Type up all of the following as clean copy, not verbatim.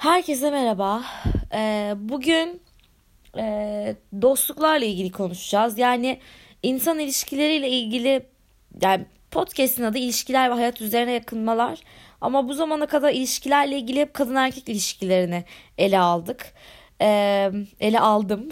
Herkese merhaba. Bugün dostluklarla ilgili konuşacağız. Yani insan ilişkileriyle ilgili, yani podcast'in adı İlişkiler ve Hayat Üzerine Yakınmalar. Ama bu zamana kadar ilişkilerle ilgili hep kadın erkek ilişkilerini ele aldık. Ele aldım.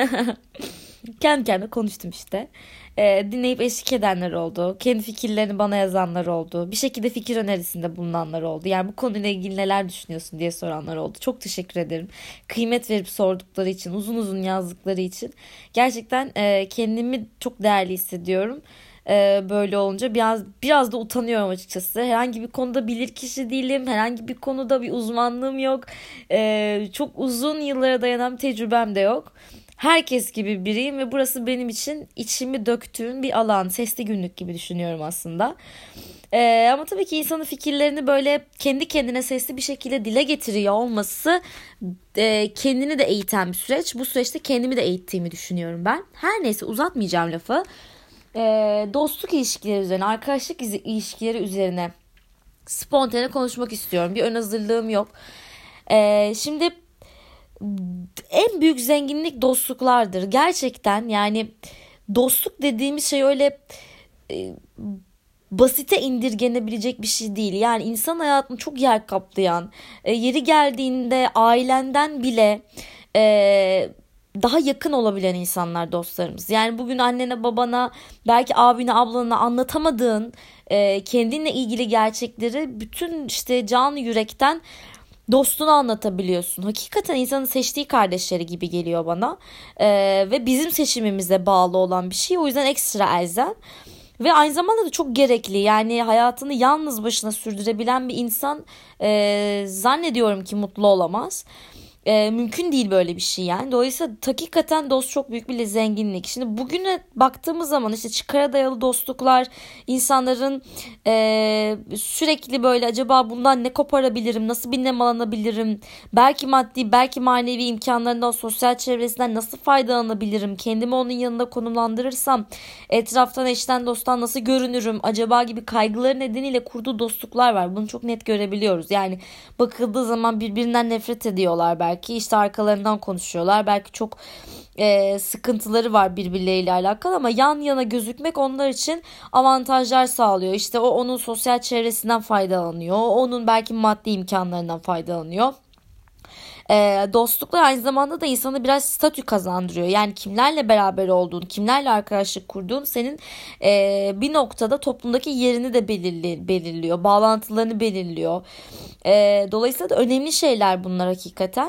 Kendi kendime konuştum işte. Dinleyip eşlik edenler oldu. Kendi fikirlerini bana yazanlar oldu. Bir şekilde fikir önerisinde bulunanlar oldu. Yani bu konuyla ilgili neler düşünüyorsun diye soranlar oldu. Çok teşekkür ederim. Kıymet verip sordukları için, uzun uzun yazdıkları için. Gerçekten kendimi çok değerli hissediyorum. Böyle olunca biraz da utanıyorum açıkçası. Herhangi bir konuda bilirkişi değilim. Herhangi bir konuda bir uzmanlığım yok. Çok uzun yıllara dayanan bir tecrübem de yok. Herkes gibi biriyim ve burası benim için içimi döktüğüm bir alan. Sesli günlük gibi düşünüyorum aslında. Ama tabii ki insanın fikirlerini böyle kendi kendine sesli bir şekilde dile getiriyor olması kendini de eğiten bir süreç. Bu süreçte kendimi de eğittiğimi düşünüyorum ben. Her neyse, uzatmayacağım lafı. Dostluk ilişkileri üzerine, arkadaşlık ilişkileri üzerine spontane konuşmak istiyorum. Bir ön hazırlığım yok. Şimdi en büyük zenginlik dostluklardır. Gerçekten yani dostluk dediğimiz şey öyle e, basite indirgenebilecek bir şey değil. Yani insan hayatını çok yer kaplayan, yeri geldiğinde ailenden bile daha yakın olabilen insanlar dostlarımız. Yani bugün annene, babana, belki abine, ablana anlatamadığın kendinle ilgili gerçekleri bütün işte canı yürekten dostuna anlatabiliyorsun. Hakikaten insanın seçtiği kardeşleri gibi geliyor bana. Ve bizim seçimimize bağlı olan bir şey. O yüzden ekstra elzem. Ve aynı zamanda da çok gerekli. Yani hayatını yalnız başına sürdürebilen bir insan zannediyorum ki mutlu olamaz. Mümkün değil böyle bir şey yani. Dolayısıyla hakikaten dost çok büyük bir zenginlik. Şimdi bugüne baktığımız zaman işte çıkara dayalı dostluklar, insanların sürekli böyle acaba bundan ne koparabilirim, nasıl bir nemalanabilirim, belki maddi belki manevi imkanlarından, sosyal çevresinden nasıl faydalanabilirim, kendimi onun yanında konumlandırırsam etraftan, eşten, dosttan nasıl görünürüm acaba gibi kaygıları nedeniyle kurduğu dostluklar var. Bunu çok net görebiliyoruz. Yani bakıldığı zaman birbirinden nefret ediyorlar belki. İşte arkalarından konuşuyorlar. Belki çok sıkıntıları var birbirleriyle alakalı ama yan yana gözükmek onlar için avantajlar sağlıyor. İşte o onun sosyal çevresinden faydalanıyor. Onun belki maddi imkanlarından faydalanıyor. Dostluklar aynı zamanda da insana biraz statü kazandırıyor. Yani kimlerle beraber olduğun, kimlerle arkadaşlık kurduğun senin bir noktada toplumdaki yerini de belirliyor. Bağlantılarını belirliyor. Dolayısıyla da önemli şeyler bunlar hakikaten.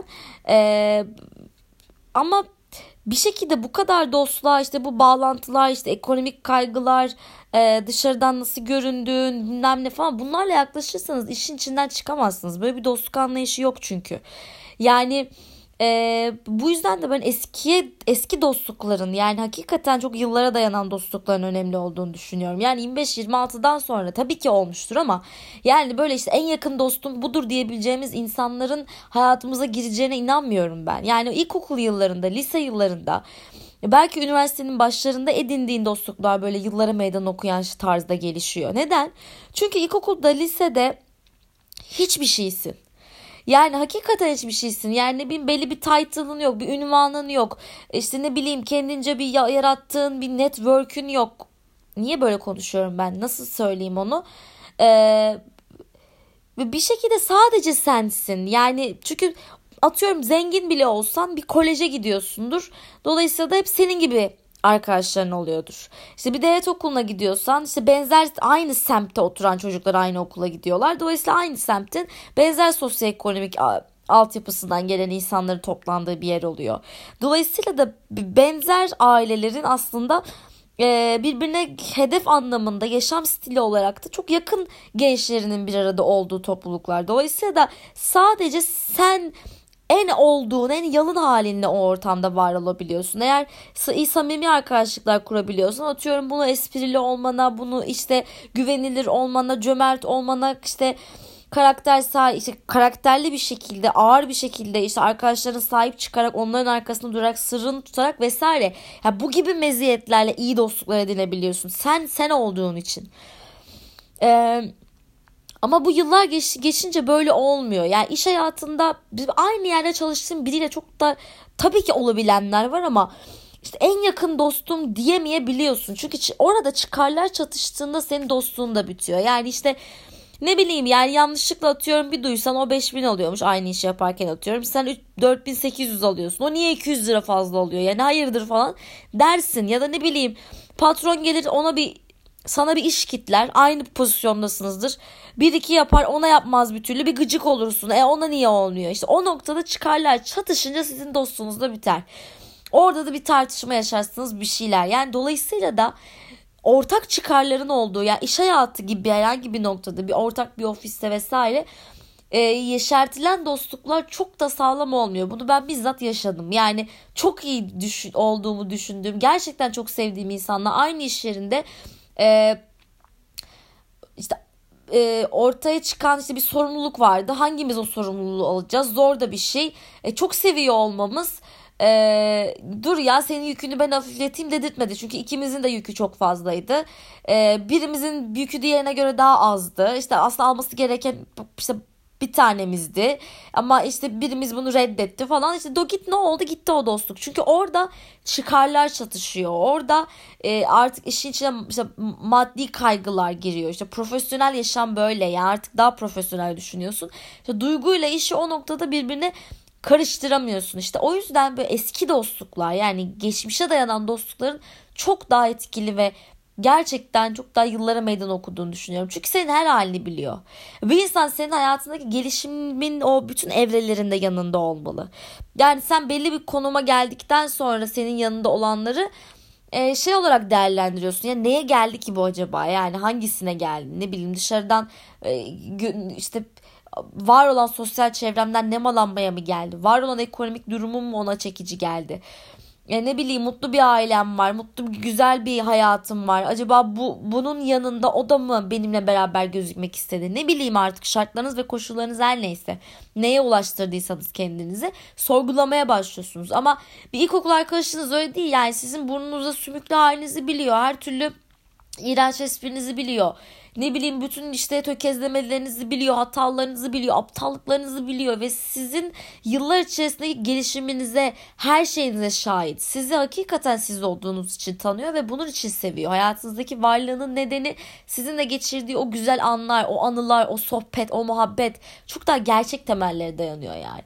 Ama bir şekilde bu kadar dostluğa, işte bu bağlantılar, işte ekonomik kaygılar, dışarıdan nasıl göründüğün bilmem ne falan, bunlarla yaklaşırsanız işin içinden çıkamazsınız. Böyle bir dostluk anlayışı yok çünkü. Yani bu yüzden de ben eski dostlukların, yani hakikaten çok yıllara dayanan dostlukların önemli olduğunu düşünüyorum. Yani 25-26'dan sonra tabii ki olmuştur ama yani böyle işte en yakın dostum budur diyebileceğimiz insanların hayatımıza gireceğine inanmıyorum ben. Yani ilkokul yıllarında, lise yıllarında, belki üniversitenin başlarında edindiğin dostluklar böyle yıllara meydan okuyan tarzda gelişiyor. Neden? Çünkü ilkokulda, lisede hiçbir şeysin. Yani hakikaten hiçbir şeysin. Yani ne bileyim, belli bir title'ın yok, bir ünvanın yok. İşte ne bileyim, kendince bir yarattığın bir network'ün yok. Niye böyle konuşuyorum ben? Nasıl söyleyeyim onu? Ee, Bir şekilde sadece sensin. Yani çünkü atıyorum zengin bile olsan bir koleje gidiyorsundur. Dolayısıyla da hep senin gibi arkadaşların oluyordur. İşte bir devlet okuluna gidiyorsan işte benzer, aynı semtte oturan çocuklar aynı okula gidiyorlar. Dolayısıyla aynı semtin benzer sosyoekonomik altyapısından gelen insanların toplandığı bir yer oluyor. Dolayısıyla da benzer ailelerin aslında birbirine hedef anlamında, yaşam stili olarak da çok yakın gençlerinin bir arada olduğu topluluklar. Dolayısıyla da sadece sen en olduğun, en yalın halinle o ortamda var olabiliyorsun. Eğer iyi samimi arkadaşlıklar kurabiliyorsan, atıyorum bunu esprili olmana, bunu işte güvenilir olmana, cömert olmana, işte işte karakterli bir şekilde, ağır bir şekilde işte arkadaşlarına sahip çıkarak, onların arkasında durarak, sırrını tutarak vesaire. Ya bu gibi meziyetlerle iyi dostluklar edinebiliyorsun. Sen olduğun için. Ee, Ama bu yıllar geçince böyle olmuyor. Yani iş hayatında aynı yerde çalıştığım biriyle çok da tabii ki olabilenler var ama işte en yakın dostum diyemeyebiliyorsun. Çünkü orada çıkarlar çatıştığında senin dostluğun da bitiyor. Yani işte ne bileyim, yani yanlışlıkla atıyorum bir duysan o 5.000 alıyormuş aynı işi yaparken, atıyorum. Sen 4.800 alıyorsun. O niye 200 lira fazla oluyor? Yani hayırdır falan dersin. Ya da ne bileyim, patron gelir sana bir iş kitler. Aynı pozisyondasınızdır. Bir iki yapar, ona yapmaz bir türlü, bir gıcık olursun. Ona niye olmuyor? İşte o noktada çıkarlar çatışınca sizin dostluğunuz da biter. Orada da bir tartışma yaşarsınız, bir şeyler. Yani dolayısıyla da ortak çıkarların olduğu, yani iş hayatı gibi herhangi bir noktada, bir ortak bir ofiste vesaire yeşertilen dostluklar çok da sağlam olmuyor. Bunu ben bizzat yaşadım. Yani çok iyi olduğumu düşündüğüm, gerçekten çok sevdiğim insanla aynı iş yerinde işte ortaya çıkan işte bir sorumluluk vardı. Hangimiz o sorumluluğu alacağız? Zor da bir şey. Çok seviyor olmamız dur ya senin yükünü ben hafifleteyim dedirtmedi. Çünkü ikimizin de yükü çok fazlaydı. Birimizin yükü diğerine göre daha azdı. İşte aslında alması gereken işte bir tanemizdi. Ama işte birimiz bunu reddetti falan. İşte ne oldu? Gitti o dostluk. Çünkü orada çıkarlar çatışıyor. Orada artık işin içine işte maddi kaygılar giriyor. İşte profesyonel yaşam böyle. Yani artık daha profesyonel düşünüyorsun. İşte duyguyla işi o noktada birbirine karıştıramıyorsun. İşte o yüzden böyle eski dostluklar, yani geçmişe dayanan dostlukların çok daha etkili ve gerçekten çok daha yıllara meydan okuduğunu düşünüyorum. Çünkü senin her halini biliyor. Bir insan senin hayatındaki gelişimin o bütün evrelerinde yanında olmalı. Yani sen belli bir konuma geldikten sonra senin yanında olanları şey olarak değerlendiriyorsun. Ya neye geldi ki bu acaba? Yani hangisine geldi? Ne bileyim, dışarıdan işte var olan sosyal çevremden nemalanmaya mı geldi? Var olan ekonomik durumum mu ona çekici geldi? Ne bileyim, mutlu bir ailem var. Mutlu, güzel bir hayatım var. Acaba bunun yanında o da mı benimle beraber gözükmek istedi? Ne bileyim, artık şartlarınız ve koşullarınız her neyse. Neye ulaştırdıysanız kendinizi sorgulamaya başlıyorsunuz. Ama bir ilkokul arkadaşınız öyle değil. Yani sizin burnunuzda sümüklü halinizi biliyor. Her türlü iğrenç esprinizi biliyor. Ne bileyim, bütün işte tökezlemelerinizi biliyor, hatalarınızı biliyor, aptallıklarınızı biliyor ve sizin yıllar içerisindeki gelişiminize, her şeyinize şahit. Sizi hakikaten siz olduğunuz için tanıyor ve bunun için seviyor. Hayatınızdaki varlığının nedeni sizinle geçirdiği o güzel anlar, o anılar, o sohbet, o muhabbet çok daha gerçek temellere dayanıyor yani.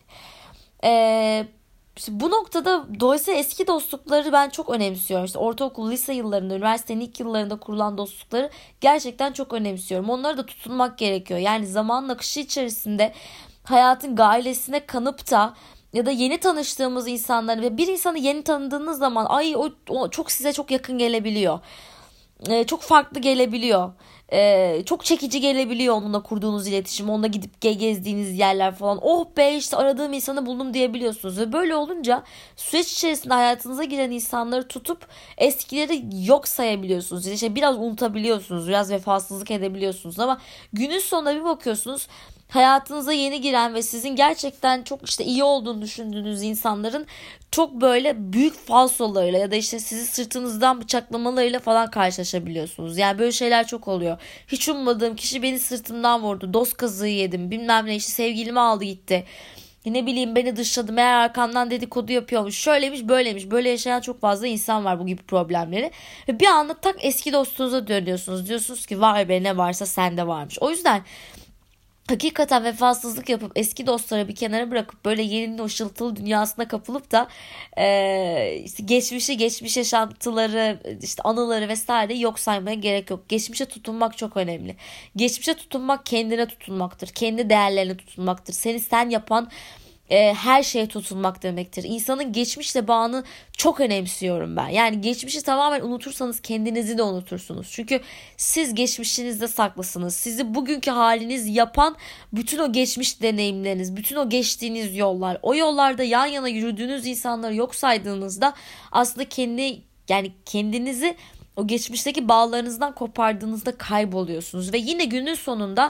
İşte bu noktada dolayısıyla eski dostlukları ben çok önemsiyorum. İşte ortaokul, lise yıllarında, üniversitenin ilk yıllarında kurulan dostlukları gerçekten çok önemsiyorum. Onlara da tutunmak gerekiyor. Yani zamanın akışı içerisinde hayatın gailesine kanıp da ya da yeni tanıştığımız insanları ve bir insanı yeni tanıdığınız zaman o çok size çok yakın gelebiliyor. Çok farklı gelebiliyor. Çok çekici gelebiliyor onunla kurduğunuz iletişim, onunla gidip gezdiğiniz yerler falan. Oh be, işte aradığım insanı buldum diyebiliyorsunuz. Ve böyle olunca süreç içerisinde hayatınıza giren insanları tutup eskileri yok sayabiliyorsunuz. İşte biraz unutabiliyorsunuz, biraz vefasızlık edebiliyorsunuz ama günün sonunda bir bakıyorsunuz, hayatınıza yeni giren ve sizin gerçekten çok işte iyi olduğunu düşündüğünüz insanların çok böyle büyük falsolarıyla ya da işte sizi sırtınızdan bıçaklamalarıyla falan karşılaşabiliyorsunuz. Yani böyle şeyler çok oluyor. Hiç ummadığım kişi beni sırtımdan vurdu. Dost kazığı yedim. Bilmem ne, işte sevgilimi aldı gitti. Ne bileyim, beni dışladı. Meğer arkamdan dedikodu yapıyormuş. Şöylemiş böylemiş. Böyle yaşayan çok fazla insan var bu gibi problemleri. Ve bir anda tak eski dostunuza dönüyorsunuz. Diyorsunuz ki vay be, ne varsa sende varmış. O yüzden hakikaten vefasızlık yapıp eski dostları bir kenara bırakıp böyle yeninin o ışıltılı dünyasına kapılıp da işte geçmiş yaşantıları, işte anıları vesaire yok saymaya gerek yok. Geçmişe tutunmak çok önemli. Geçmişe tutunmak kendine tutunmaktır. Kendi değerlerine tutunmaktır. Seni sen yapan her şeye tutunmak demektir. İnsanın geçmişle bağını çok önemsiyorum ben. Yani geçmişi tamamen unutursanız kendinizi de unutursunuz. Çünkü siz geçmişinizde saklısınız. Sizi bugünkü haliniz yapan bütün o geçmiş deneyimleriniz, bütün o geçtiğiniz yollar, o yollarda yan yana yürüdüğünüz insanları yok saydığınızda aslında kendinizi o geçmişteki bağlarınızdan kopardığınızda kayboluyorsunuz ve yine günün sonunda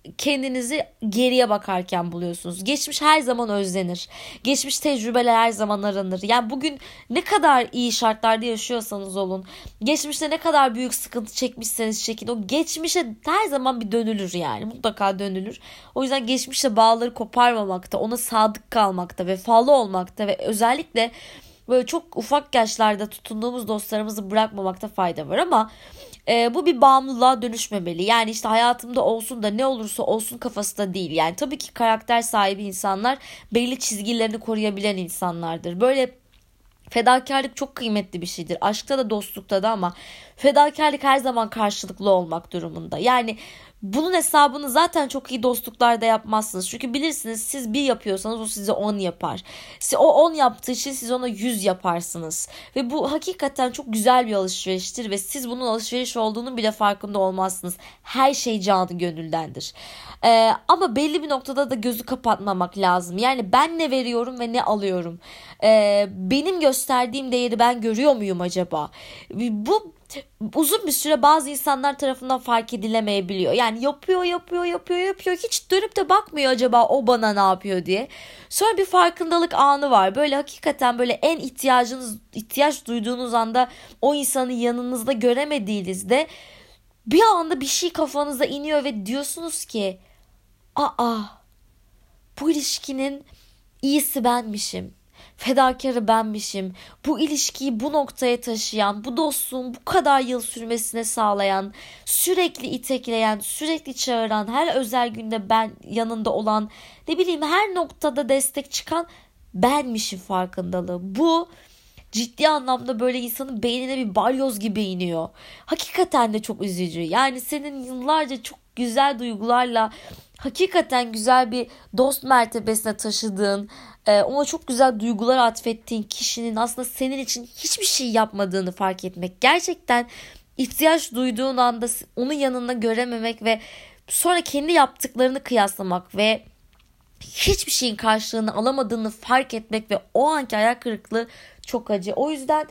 kendinizi geriye bakarken buluyorsunuz. Geçmiş her zaman özlenir. Geçmiş tecrübeler her zaman aranır. Yani bugün ne kadar iyi şartlarda yaşıyorsanız olun, geçmişte ne kadar büyük sıkıntı çekmişseniz çekin, o geçmişe her zaman bir dönülür yani. Mutlaka dönülür. O yüzden geçmişle bağları koparmamakta, ona sadık kalmakta, vefalı olmakta ve özellikle böyle çok ufak yaşlarda tutunduğumuz dostlarımızı bırakmamakta fayda var ama bu bir bağımlılığa dönüşmemeli. Yani işte hayatımda olsun da ne olursa olsun kafası da değil. Yani tabii ki karakter sahibi insanlar belli çizgilerini koruyabilen insanlardır. Böyle fedakarlık çok kıymetli bir şeydir. Aşkta da dostlukta da ama fedakarlık her zaman karşılıklı olmak durumunda. Yani bunun hesabını zaten çok iyi dostluklarda yapmazsınız. Çünkü bilirsiniz siz bir yapıyorsanız o size 10 yapar. O 10 yaptığı için siz ona 100 yaparsınız. Ve bu hakikaten çok güzel bir alışveriştir ve siz bunun alışveriş olduğunun bile farkında olmazsınız. Her şey canı gönüldendir. Ama belli bir noktada da gözü kapatmamak lazım. Yani ben ne veriyorum ve ne alıyorum? Benim gösterdiğim değeri ben görüyor muyum acaba? Bu uzun bir süre bazı insanlar tarafından fark edilemeyebiliyor. Yani yapıyor. Hiç dönüp de bakmıyor acaba o bana ne yapıyor diye. Sonra bir farkındalık anı var. Böyle hakikaten böyle en ihtiyaç duyduğunuz anda o insanı yanınızda göremediğinizde bir anda bir şey kafanıza iniyor ve diyorsunuz ki bu ilişkinin iyisi benmişim. Fedakarı benmişim. Bu ilişkiyi bu noktaya taşıyan, bu dostluğun bu kadar yıl sürmesine sağlayan, sürekli itekleyen, sürekli çağıran, her özel günde ben yanında olan, ne bileyim her noktada destek çıkan benmişim farkındalığı. Bu ciddi anlamda böyle insanın beynine bir balyoz gibi iniyor. Hakikaten de çok üzücü. Yani senin yıllarca çok güzel duygularla hakikaten güzel bir dost mertebesine taşıdığın, ona çok güzel duygular atfettiğin kişinin aslında senin için hiçbir şey yapmadığını fark etmek. Gerçekten ihtiyaç duyduğun anda onun yanında görememek ve sonra kendi yaptıklarını kıyaslamak ve hiçbir şeyin karşılığını alamadığını fark etmek ve o anki hayal kırıklığı çok acı. O yüzden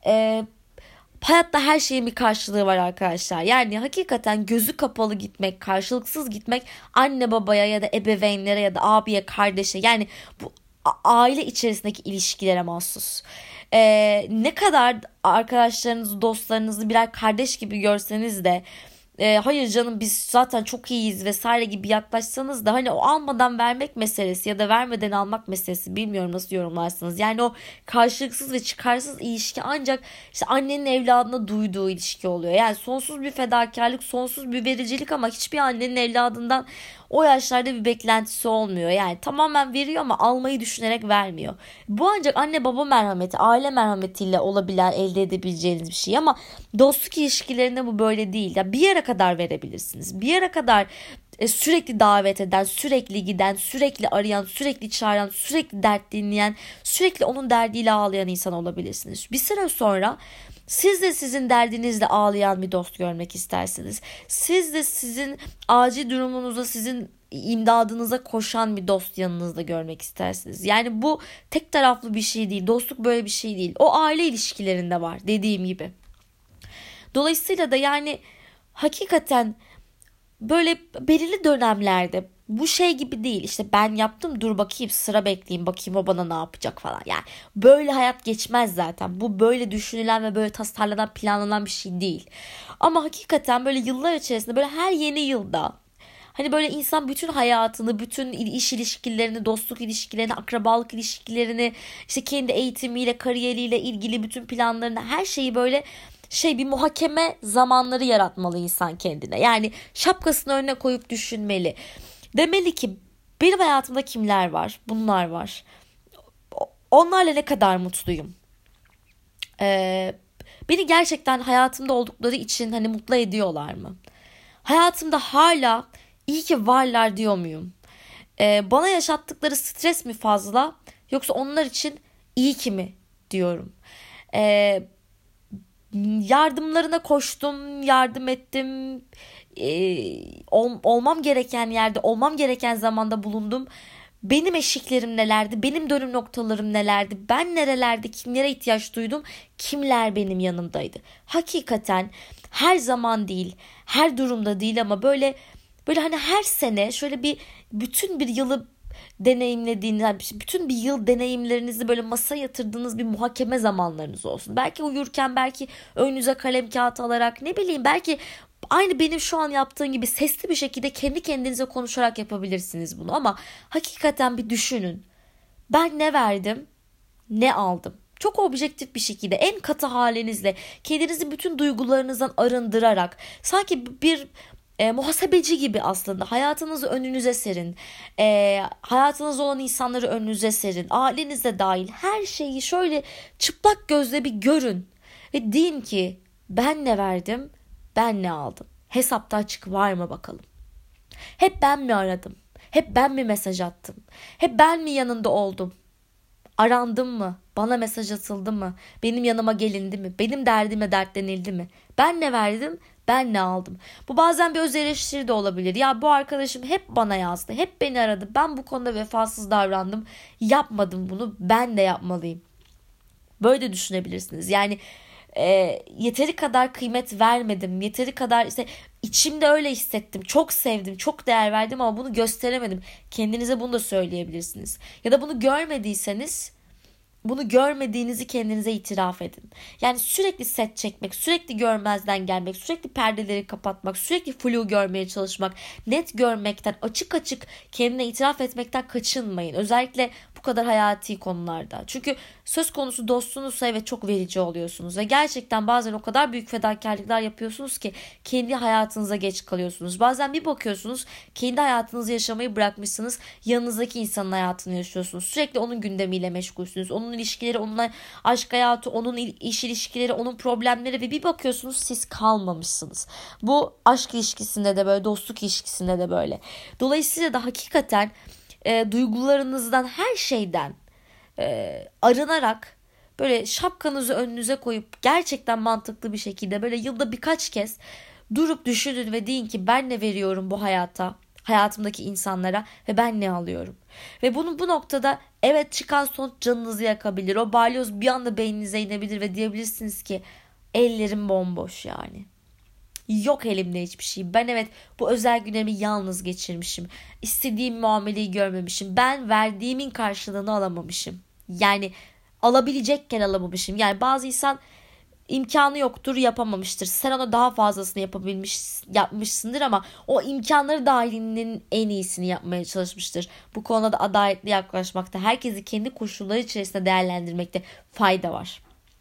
hayatta her şeyin bir karşılığı var arkadaşlar. Yani hakikaten gözü kapalı gitmek, karşılıksız gitmek anne babaya ya da ebeveynlere ya da abiye, kardeşe, yani bu aile içerisindeki ilişkilere mahsus. Ne kadar arkadaşlarınızı, dostlarınızı birer kardeş gibi görseniz de hayır canım biz zaten çok iyiyiz vesaire gibi yaklaşsanız da hani o almadan vermek meselesi ya da vermeden almak meselesi, bilmiyorum nasıl yorumlarsınız. Yani o karşılıksız ve çıkarsız ilişki ancak işte annenin evladına duyduğu ilişki oluyor. Yani sonsuz bir fedakarlık, sonsuz bir vericilik ama hiçbir annenin evladından o yaşlarda bir beklentisi olmuyor. Yani tamamen veriyor ama almayı düşünerek vermiyor. Bu ancak anne baba merhameti, aile merhametiyle olabilen, elde edebileceğiniz bir şey ama dostluk ilişkilerinde bu böyle değil. Ya bir yere kadar verebilirsiniz. Bir yere kadar sürekli davet eden, sürekli giden, sürekli arayan, sürekli çağıran, sürekli dert dinleyen, sürekli onun derdiyle ağlayan insan olabilirsiniz. Bir süre sonra siz de sizin derdinizle ağlayan bir dost görmek istersiniz. Siz de sizin acil durumunuzda sizin imdadınıza koşan bir dost yanınızda görmek istersiniz. Yani bu tek taraflı bir şey değil. Dostluk böyle bir şey değil. O aile ilişkilerinde var dediğim gibi. Dolayısıyla da yani hakikaten böyle belirli dönemlerde bu şey gibi değil, işte ben yaptım dur bakayım sıra bekleyeyim bakayım o bana ne yapacak falan. Yani böyle hayat geçmez zaten. Bu böyle düşünülen ve böyle tasarlanan, planlanan bir şey değil. Ama hakikaten böyle yıllar içerisinde böyle her yeni yılda hani böyle insan bütün hayatını, bütün iş ilişkilerini, dostluk ilişkilerini, akrabalık ilişkilerini, işte kendi eğitimiyle, kariyeriyle ilgili bütün planlarını, her şeyi böyle bir muhakeme zamanları yaratmalı insan kendine. Yani şapkasını önüne koyup düşünmeli. Demeli ki benim hayatımda kimler var? Bunlar var. Onlarla ne kadar mutluyum? Beni gerçekten hayatımda oldukları için hani mutlu ediyorlar mı? Hayatımda hala iyi ki varlar diyor muyum? Bana yaşattıkları stres mi fazla? Yoksa onlar için iyi ki mi diyorum? Yardımlarına koştum, yardım ettim. Olmam gereken yerde, olmam gereken zamanda bulundum. Benim eşiklerim nelerdi? Benim dönüm noktalarım nelerdi? Ben nerelerde, kimlere ihtiyaç duydum? Kimler benim yanımdaydı? Hakikaten her zaman değil, her durumda değil ama böyle Böyle hani her sene şöyle bir bütün bir yılı deneyimlediğiniz, yani bütün bir yıl deneyimlerinizi böyle masaya yatırdığınız bir muhakeme zamanlarınız olsun. Belki uyurken, belki önünüze kalem kağıt alarak, ne bileyim, belki aynı benim şu an yaptığım gibi sesli bir şekilde kendi kendinize konuşarak yapabilirsiniz bunu. Ama hakikaten bir düşünün. Ben ne verdim, ne aldım? Çok objektif bir şekilde, en katı halinizle, kendinizi bütün duygularınızdan arındırarak, sanki bir muhasebeci gibi aslında hayatınızı önünüze serin. Hayatınızda olan insanları önünüze serin. Aileniz de dahil her şeyi şöyle çıplak gözle bir görün. Ve deyin ki ben ne verdim, ben ne aldım? Hesapta açık var mı bakalım? Hep ben mi aradım? Hep ben mi mesaj attım? Hep ben mi yanında oldum? Arandım mı? Bana mesaj atıldı mı? Benim yanıma gelindi mi? Benim derdime dertlenildi mi? Ben ne verdim? Ben ne aldım? Bu bazen bir öz eleştiri de olabilir. Ya bu arkadaşım hep bana yazdı. Hep beni aradı. Ben bu konuda vefasız davrandım. Yapmadım bunu. Ben de yapmalıyım. Böyle de düşünebilirsiniz. Yani yeteri kadar kıymet vermedim. Yeteri kadar işte içimde öyle hissettim. Çok sevdim. Çok değer verdim ama bunu gösteremedim. Kendinize bunu da söyleyebilirsiniz. Ya da bunu görmediyseniz, bunu görmediğinizi kendinize itiraf edin. Yani sürekli set çekmek, sürekli görmezden gelmek, sürekli perdeleri kapatmak, sürekli flu görmeye çalışmak, net görmekten, açık açık kendine itiraf etmekten kaçınmayın. Özellikle bu kadar hayati konularda. Çünkü söz konusu dostunuzsa evet çok verici oluyorsunuz ve gerçekten bazen o kadar büyük fedakarlıklar yapıyorsunuz ki kendi hayatınıza geç kalıyorsunuz. Bazen bir bakıyorsunuz kendi hayatınızı yaşamayı bırakmışsınız, yanınızdaki insanın hayatını yaşıyorsunuz. Sürekli onun gündemiyle meşgulsünüz. Onun ilişkileri, onunla aşk hayatı, onun iş ilişkileri, onun problemleri ve bir bakıyorsunuz siz kalmamışsınız. Bu aşk ilişkisinde de böyle, dostluk ilişkisinde de böyle. Dolayısıyla da hakikaten duygularınızdan, her şeyden arınarak böyle şapkanızı önünüze koyup gerçekten mantıklı bir şekilde böyle yılda birkaç kez durup düşünün ve deyin ki ben ne veriyorum bu hayata, hayatımdaki insanlara ve ben ne alıyorum. Ve bunu bu noktada evet çıkan sonuç canınızı yakabilir. O balyoz bir anda beyninize inebilir ve diyebilirsiniz ki ellerim bomboş yani. Yok elimde hiçbir şey. Ben evet bu özel günlerimi yalnız geçirmişim. İstediğim muameleyi görmemişim. Ben verdiğimin karşılığını alamamışım. Yani alabilecekken alamamışım. Yani bazı insan imkanı yoktur, yapamamıştır. Sen ona daha fazlasını yapmışsındır ama o imkanları dahilinin en iyisini yapmaya çalışmıştır. Bu konuda da adaletli yaklaşmakta, herkesi kendi koşulları içerisinde değerlendirmekte fayda var.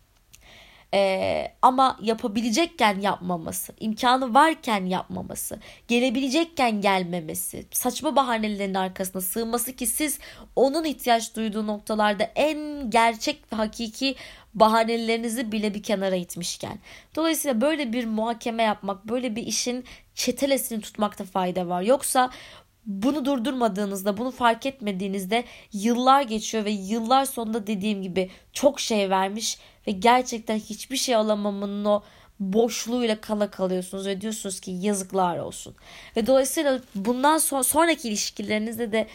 Ama yapabilecekken yapmaması, imkanı varken yapmaması, gelebilecekken gelmemesi, saçma bahanelerin arkasına sığması ki siz onun ihtiyaç duyduğu noktalarda en gerçek ve hakiki bahanelerinizi bile bir kenara itmişken. Dolayısıyla böyle bir muhakeme yapmak, böyle bir işin çetelesini tutmakta fayda var. Yoksa bunu durdurmadığınızda, bunu fark etmediğinizde yıllar geçiyor ve yıllar sonunda dediğim gibi çok şey vermiş ve gerçekten hiçbir şey alamamanın o boşluğuyla kala kalıyorsunuz ve diyorsunuz ki yazıklar olsun. Ve dolayısıyla bundan sonraki ilişkilerinizde de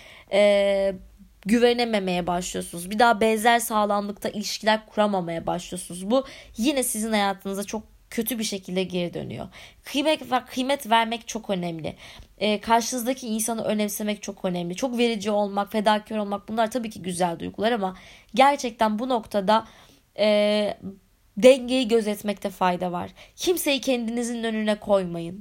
güvenememeye başlıyorsunuz. Bir daha benzer sağlamlıkta ilişkiler kuramamaya başlıyorsunuz. Bu yine sizin hayatınıza çok kötü bir şekilde geri dönüyor. Kıymet vermek çok önemli. Karşınızdaki insanı önemsemek çok önemli. Çok verici olmak, fedakar olmak, bunlar tabii ki güzel duygular ama gerçekten bu noktada dengeyi gözetmekte fayda var. Kimseyi kendinizin önüne koymayın.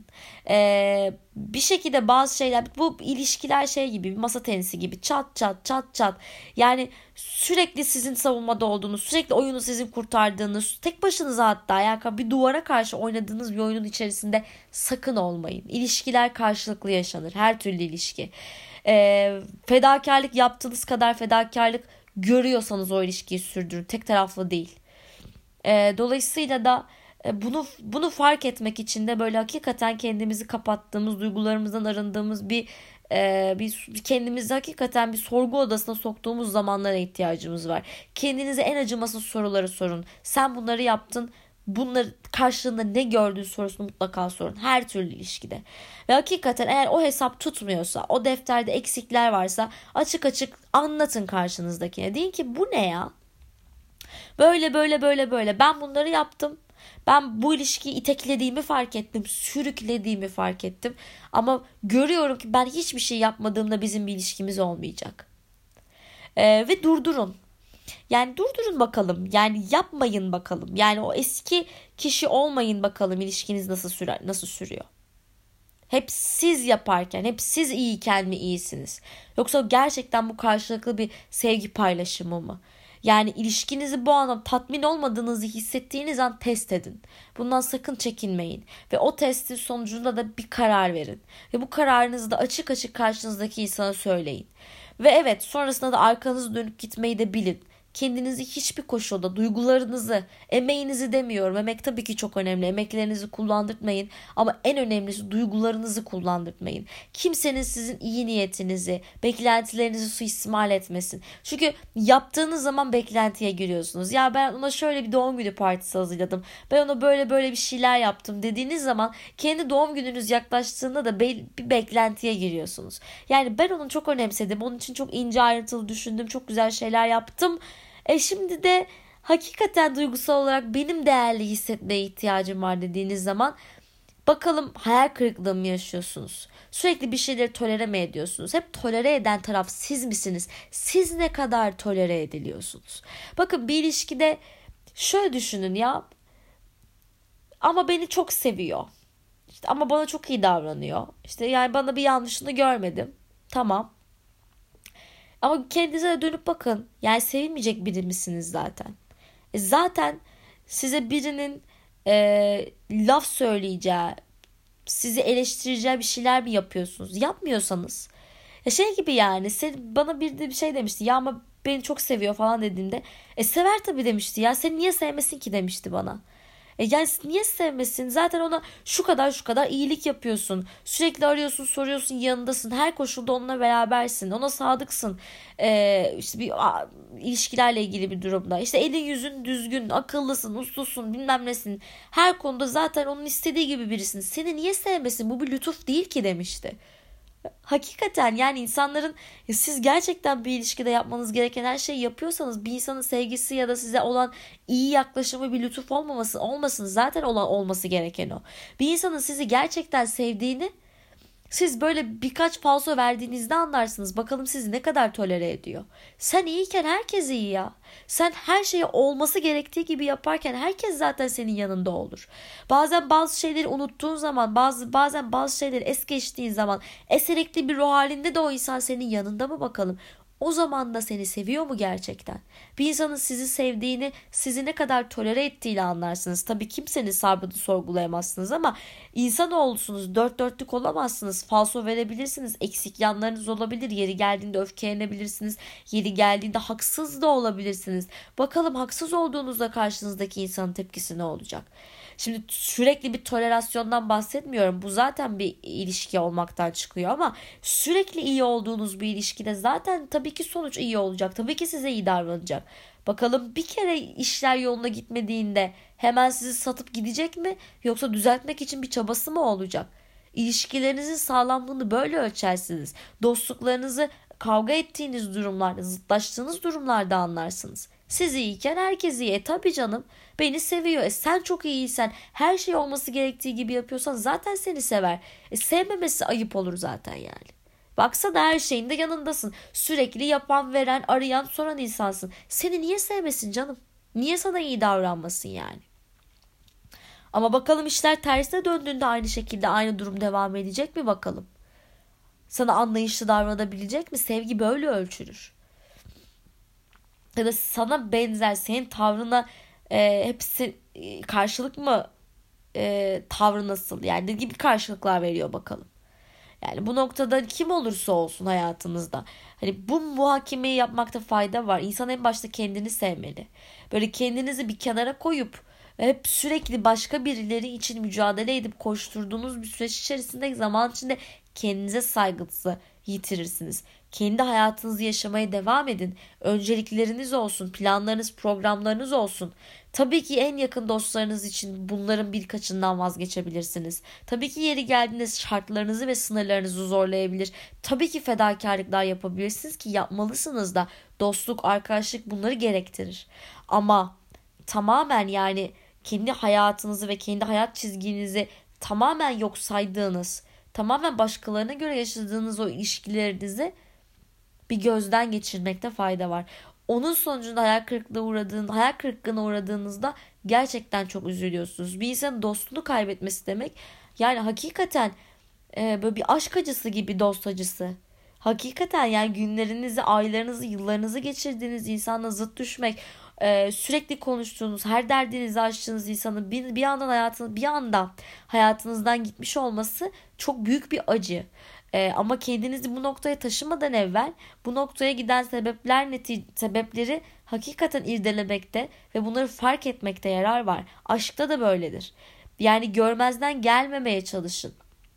Bir şekilde bazı şeyler, bu ilişkiler şey gibi, bir masa tenisi gibi, çat çat çat çat. Yani sürekli sizin savunmada olduğunuz, sürekli oyunu sizin kurtardığınız, tek başınıza hatta yani bir duvara karşı oynadığınız bir oyunun içerisinde sakın olmayın. İlişkiler karşılıklı yaşanır. Her türlü ilişki. Fedakarlık yaptığınız kadar fedakarlık görüyorsanız o ilişkiyi sürdürün. Tek taraflı değil. Dolayısıyla da bunu fark etmek için de böyle hakikaten kendimizi kapattığımız, duygularımızdan arındığımız bir kendimizi hakikaten bir sorgu odasına soktuğumuz zamanlara ihtiyacımız var. Kendinize en acımasız soruları sorun. Sen bunları yaptın, bunları karşılığında ne gördüğün sorusunu mutlaka sorun. Her türlü ilişkide. Ve hakikaten eğer o hesap tutmuyorsa, o defterde eksikler varsa açık açık anlatın karşınızdakine. Deyin ki bu ne ya? Böyle böyle böyle böyle ben bunları yaptım. Ben bu ilişkiyi iteklediğimi fark ettim, sürüklediğimi fark ettim. Ama görüyorum ki ben hiçbir şey yapmadığımda bizim bir ilişkimiz olmayacak. Ve durdurun. Yani durdurun bakalım. Yani yapmayın bakalım. Yani o eski kişi olmayın bakalım, ilişkiniz nasıl sürüyor. Hep siz yaparken, hep siz iyiyken mi iyisiniz? Yoksa gerçekten bu karşılıklı bir sevgi paylaşımı mı? Yani ilişkinizi bu anlamda tatmin olmadığınızı hissettiğiniz an test edin. Bundan sakın çekinmeyin. Ve o testin sonucunda da bir karar verin. Ve bu kararınızı da açık açık karşınızdaki insana söyleyin. Ve evet, sonrasında da arkanızı dönüp gitmeyi de bilin. Kendinizi hiçbir koşulda, duygularınızı, emeğinizi demiyorum. Emek tabii ki çok önemli. Emeklerinizi kullandırtmayın. Ama en önemlisi duygularınızı kullandırtmayın. Kimsenin sizin iyi niyetinizi, beklentilerinizi suistimal etmesin. Çünkü yaptığınız zaman beklentiye giriyorsunuz. Ya ben ona şöyle bir doğum günü partisi hazırladım. Ben ona böyle böyle bir şeyler yaptım dediğiniz zaman kendi doğum gününüz yaklaştığında da bir beklentiye giriyorsunuz. Yani ben onu çok önemsedim. Onun için çok ince ayrıntılı düşündüm. Çok güzel şeyler yaptım. Şimdi de hakikaten duygusal olarak benim değerli hissetmeye ihtiyacım var dediğiniz zaman bakalım hayal kırıklığı mı yaşıyorsunuz? Sürekli bir şeyleri tolere mi ediyorsunuz? Hep tolere eden taraf siz misiniz? Siz ne kadar tolere ediliyorsunuz? Bakın, bir ilişkide şöyle düşünün ya. Ama beni çok seviyor. İşte ama bana çok iyi davranıyor. İşte yani bana bir yanlışını görmedim. Tamam. Ama kendinize de dönüp bakın. Yani sevilmeyecek biri misiniz zaten? Zaten size birinin laf söyleyeceği, sizi eleştireceği bir şeyler mi yapıyorsunuz? Yapmıyorsanız. Şey gibi yani, bana bir şey demişti. Ya ama beni çok seviyor falan dediğimde. Sever tabii demişti. Ya seni niye sevmesin ki demişti bana. Yani niye sevmesin? Zaten ona şu kadar iyilik yapıyorsun. Sürekli arıyorsun, soruyorsun, yanındasın. Her koşulda onunla berabersin. Ona sadıksın. İşte ilişkilerle ilgili bir durumda. İşte elin yüzün düzgün, akıllısın, uslusun, bilmem nesin. Her konuda zaten onun istediği gibi birisin. Seni niye sevmesin? Bu bir lütuf değil ki demişti. Hakikaten yani insanların, siz gerçekten bir ilişkide yapmanız gereken her şeyi yapıyorsanız, bir insanın sevgisi ya da size olan iyi yaklaşımı bir lütuf olmasın, zaten olması gereken o. Bir insanın sizi gerçekten sevdiğini siz böyle birkaç falso verdiğinizde anlarsınız. Bakalım sizi ne kadar tolere ediyor. Sen iyiyken herkes iyi ya. Sen her şeyi olması gerektiği gibi yaparken herkes zaten senin yanında olur. Bazen bazı şeyleri unuttuğun zaman, bazen bazı şeyleri es geçtiğin zaman, eserikli bir ruh halinde de o insan senin yanında mı bakalım? O zaman da seni seviyor mu gerçekten? Bir insanın sizi sevdiğini, sizi ne kadar tolere ettiğiyle anlarsınız. Tabii kimsenin sabrını sorgulayamazsınız ama insanoğlusunuz, dört dörtlük olamazsınız. Falso verebilirsiniz, eksik yanlarınız olabilir. Yeri geldiğinde öfkelenebilirsiniz. Yeri geldiğinde haksız da olabilirsiniz. Bakalım haksız olduğunuzda karşınızdaki insanın tepkisi ne olacak? Şimdi sürekli bir tolerasyondan bahsetmiyorum. Bu zaten bir ilişki olmaktan çıkıyor ama sürekli iyi olduğunuz bir ilişkide zaten tabii ki sonuç iyi olacak. Tabii ki size iyi davranacak. Bakalım bir kere işler yoluna gitmediğinde hemen sizi satıp gidecek mi? Yoksa düzeltmek için bir çabası mı olacak? İlişkilerinizin sağlamlığını böyle ölçersiniz. Dostluklarınızı kavga ettiğiniz durumlarda, zıtlaştığınız durumlarda anlarsınız. Siz iyiyken herkes iyi. Tabii canım, beni seviyor. Sen çok iyiysen, her şey olması gerektiği gibi yapıyorsan zaten seni sever. Sevmemesi ayıp olur zaten yani. Baksana, her şeyinde yanındasın. Sürekli yapan, veren, arayan, soran insansın. Seni niye sevmesin canım? Niye sana iyi davranmasın yani? Ama bakalım işler tersine döndüğünde aynı şekilde aynı durum devam edecek mi bakalım? Sana anlayışlı davranabilecek mi? Sevgi böyle ölçülür. Ya da sana benzer, senin tavrına hepsi karşılık mı, tavrı nasıl? Yani ne gibi karşılıklar veriyor bakalım. Yani bu noktada kim olursa olsun hayatınızda, hani bu muhakemeyi yapmakta fayda var. İnsan en başta kendini sevmeli. Böyle kendinizi bir kenara koyup hep sürekli başka birileri için mücadele edip koşturduğunuz bir süreç içerisinde, zaman içinde kendinize saygınızı yitirirsiniz. Kendi hayatınızı yaşamaya devam edin. Öncelikleriniz olsun, planlarınız, programlarınız olsun. Tabii ki en yakın dostlarınız için bunların birkaçından vazgeçebilirsiniz. Tabii ki yeri geldiğinde şartlarınızı ve sınırlarınızı zorlayabilir. Tabii ki fedakarlıklar yapabilirsiniz ki yapmalısınız da. Dostluk, arkadaşlık bunları gerektirir. Ama tamamen yani kendi hayatınızı ve kendi hayat çizginizi tamamen yok saydığınız, tamamen başkalarına göre yaşadığınız o ilişkilerinizi bir gözden geçirmekte fayda var. Onun sonucunda hayal kırıklığına uğradığınızda gerçekten çok üzülüyorsunuz. Bir insanın dostluğunu kaybetmesi demek, yani hakikaten böyle bir aşk acısı gibi, dost acısı. Hakikaten yani günlerinizi, aylarınızı, yıllarınızı geçirdiğiniz insanla zıt düşmek, sürekli konuştuğunuz, her derdinizi açtığınız insanın bir anda hayatınızdan gitmiş olması çok büyük bir acı. Ama kendinizi bu noktaya taşımadan evvel bu noktaya giden sebepleri hakikaten irdelemekte ve bunları fark etmekte yarar var. Aşkta da böyledir. Yani görmezden gelmemeye çalışın.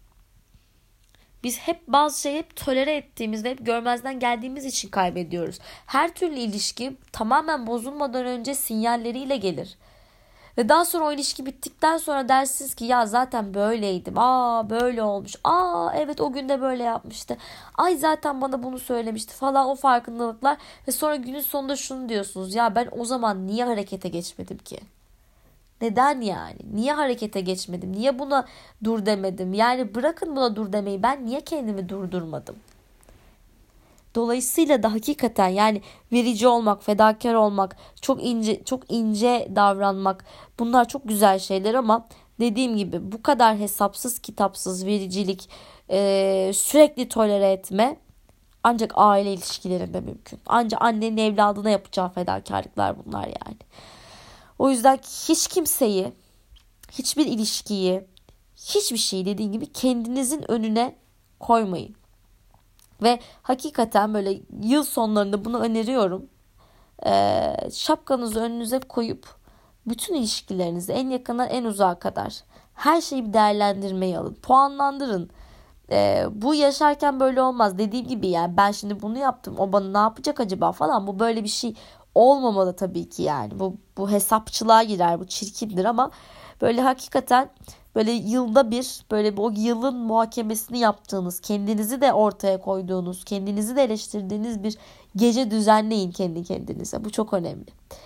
Biz hep bazı şeyi hep tolere ettiğimiz ve hep görmezden geldiğimiz için kaybediyoruz. Her türlü ilişki tamamen bozulmadan önce sinyalleriyle gelir. Ve daha sonra o ilişki bittikten sonra dersiniz ki ya zaten böyleydim. Böyle olmuş. Evet o gün de böyle yapmıştı. Ay zaten bana bunu söylemişti falan, o farkındalıklar. Ve sonra günün sonunda şunu diyorsunuz. Ya ben o zaman niye harekete geçmedim ki? Neden yani? Niye harekete geçmedim? Niye buna dur demedim? Yani bırakın buna dur demeyi. Ben niye kendimi durdurmadım? Dolayısıyla da hakikaten yani verici olmak, fedakar olmak, çok ince davranmak, bunlar çok güzel şeyler ama dediğim gibi bu kadar hesapsız kitapsız vericilik, sürekli tolere etme ancak aile ilişkilerinde mümkün. Ancak annenin evladına yapacağı fedakarlıklar bunlar yani. O yüzden hiç kimseyi, hiçbir ilişkiyi, hiçbir şeyi dediğim gibi kendinizin önüne koymayın. Ve hakikaten böyle yıl sonlarında bunu öneriyorum. Şapkanızı önünüze koyup bütün ilişkilerinizi en yakından en uzağa kadar her şeyi bir değerlendirmeye alın. Puanlandırın. Bu yaşarken böyle olmaz. Dediğim gibi yani ben şimdi bunu yaptım. O bana ne yapacak acaba falan. Bu böyle bir şey olmamalı tabii ki yani. Bu hesapçılığa girer. Bu çirkindir ama böyle hakikaten böyle yılda bir böyle o yılın muhakemesini yaptığınız, kendinizi de ortaya koyduğunuz, kendinizi de eleştirdiğiniz bir gece düzenleyin kendi kendinize. Bu çok önemli.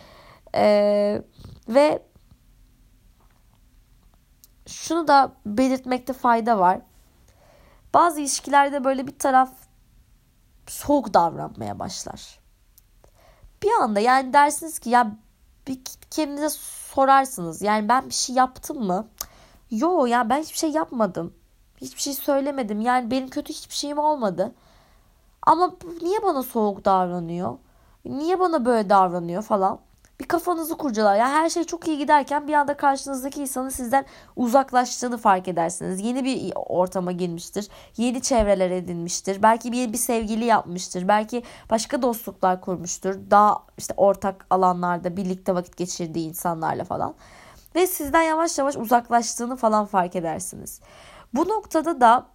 Ve şunu da belirtmekte fayda var. Bazı ilişkilerde böyle bir taraf soğuk davranmaya başlar. Bir anda yani dersiniz ki ya bir kendinize sorarsınız. Yani ben bir şey yaptım mı? Yo ya ben hiçbir şey yapmadım. Hiçbir şey söylemedim. Yani benim kötü hiçbir şeyim olmadı. Ama niye bana soğuk davranıyor? Niye bana böyle davranıyor falan? Bir kafanızı kurcalar. Yani her şey çok iyi giderken bir anda karşınızdaki insanın sizden uzaklaştığını fark edersiniz. Yeni bir ortama girmiştir. Yeni çevreler edinmiştir. Belki bir sevgili yapmıştır. Belki başka dostluklar kurmuştur. Daha işte ortak alanlarda birlikte vakit geçirdiği insanlarla falan. Ve sizden yavaş yavaş uzaklaştığını falan fark edersiniz. Bu noktada da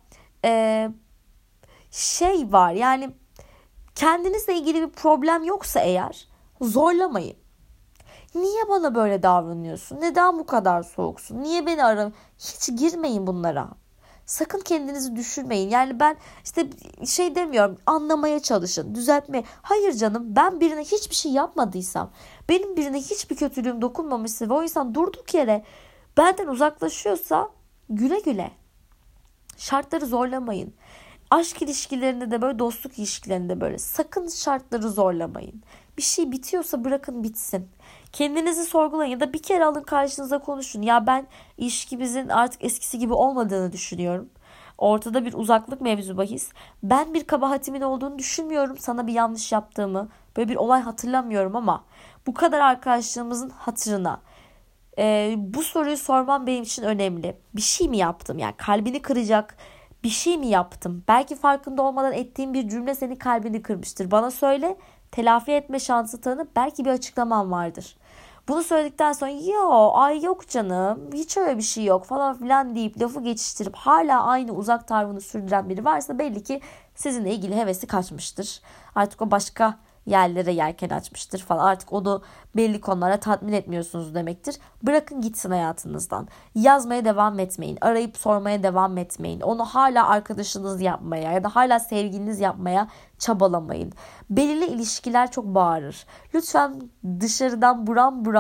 şey var yani kendinizle ilgili bir problem yoksa eğer zorlamayın. Niye bana böyle davranıyorsun? Neden bu kadar soğuksun? Niye beni aramıyorsun? Hiç girmeyin bunlara. Sakın kendinizi düşürmeyin. Yani ben işte şey demiyorum, anlamaya çalışın, düzeltmeye. Hayır canım, ben birine hiçbir şey yapmadıysam, benim birine hiçbir kötülüğüm dokunmamışsa ve o insan durduk yere benden uzaklaşıyorsa güle güle. Şartları zorlamayın. Aşk ilişkilerinde de böyle, dostluk ilişkilerinde de böyle. Sakın şartları zorlamayın. Bir şey bitiyorsa bırakın bitsin. Kendinizi sorgulayın ya da bir kere alın karşınıza konuşun. Ya ben ilişkimizin artık eskisi gibi olmadığını düşünüyorum. Ortada bir uzaklık mevzu bahis. Ben bir kabahatimin olduğunu düşünmüyorum. Sana bir yanlış yaptığımı, böyle bir olay hatırlamıyorum ama bu kadar arkadaşlığımızın hatırına bu soruyu sormam benim için önemli. Bir şey mi yaptım? Yani kalbini kıracak bir şey mi yaptım? Belki farkında olmadan ettiğim bir cümle senin kalbini kırmıştır. Bana söyle, telafi etme şansı tanı, belki bir açıklamam vardır. Bunu söyledikten sonra yok canım, hiç öyle bir şey yok falan filan deyip lafı geçiştirip hala aynı uzak tavrını sürdüren biri varsa belli ki sizinle ilgili hevesi kaçmıştır. Artık o başka yerlere yelken açmıştır falan. Artık onu belli konulara tatmin etmiyorsunuz demektir. Bırakın gitsin hayatınızdan. Yazmaya devam etmeyin. Arayıp sormaya devam etmeyin. Onu hala arkadaşınız yapmaya ya da hala sevgiliniz yapmaya çabalamayın. Belirli ilişkiler çok bağırır. Lütfen dışarıdan buram buram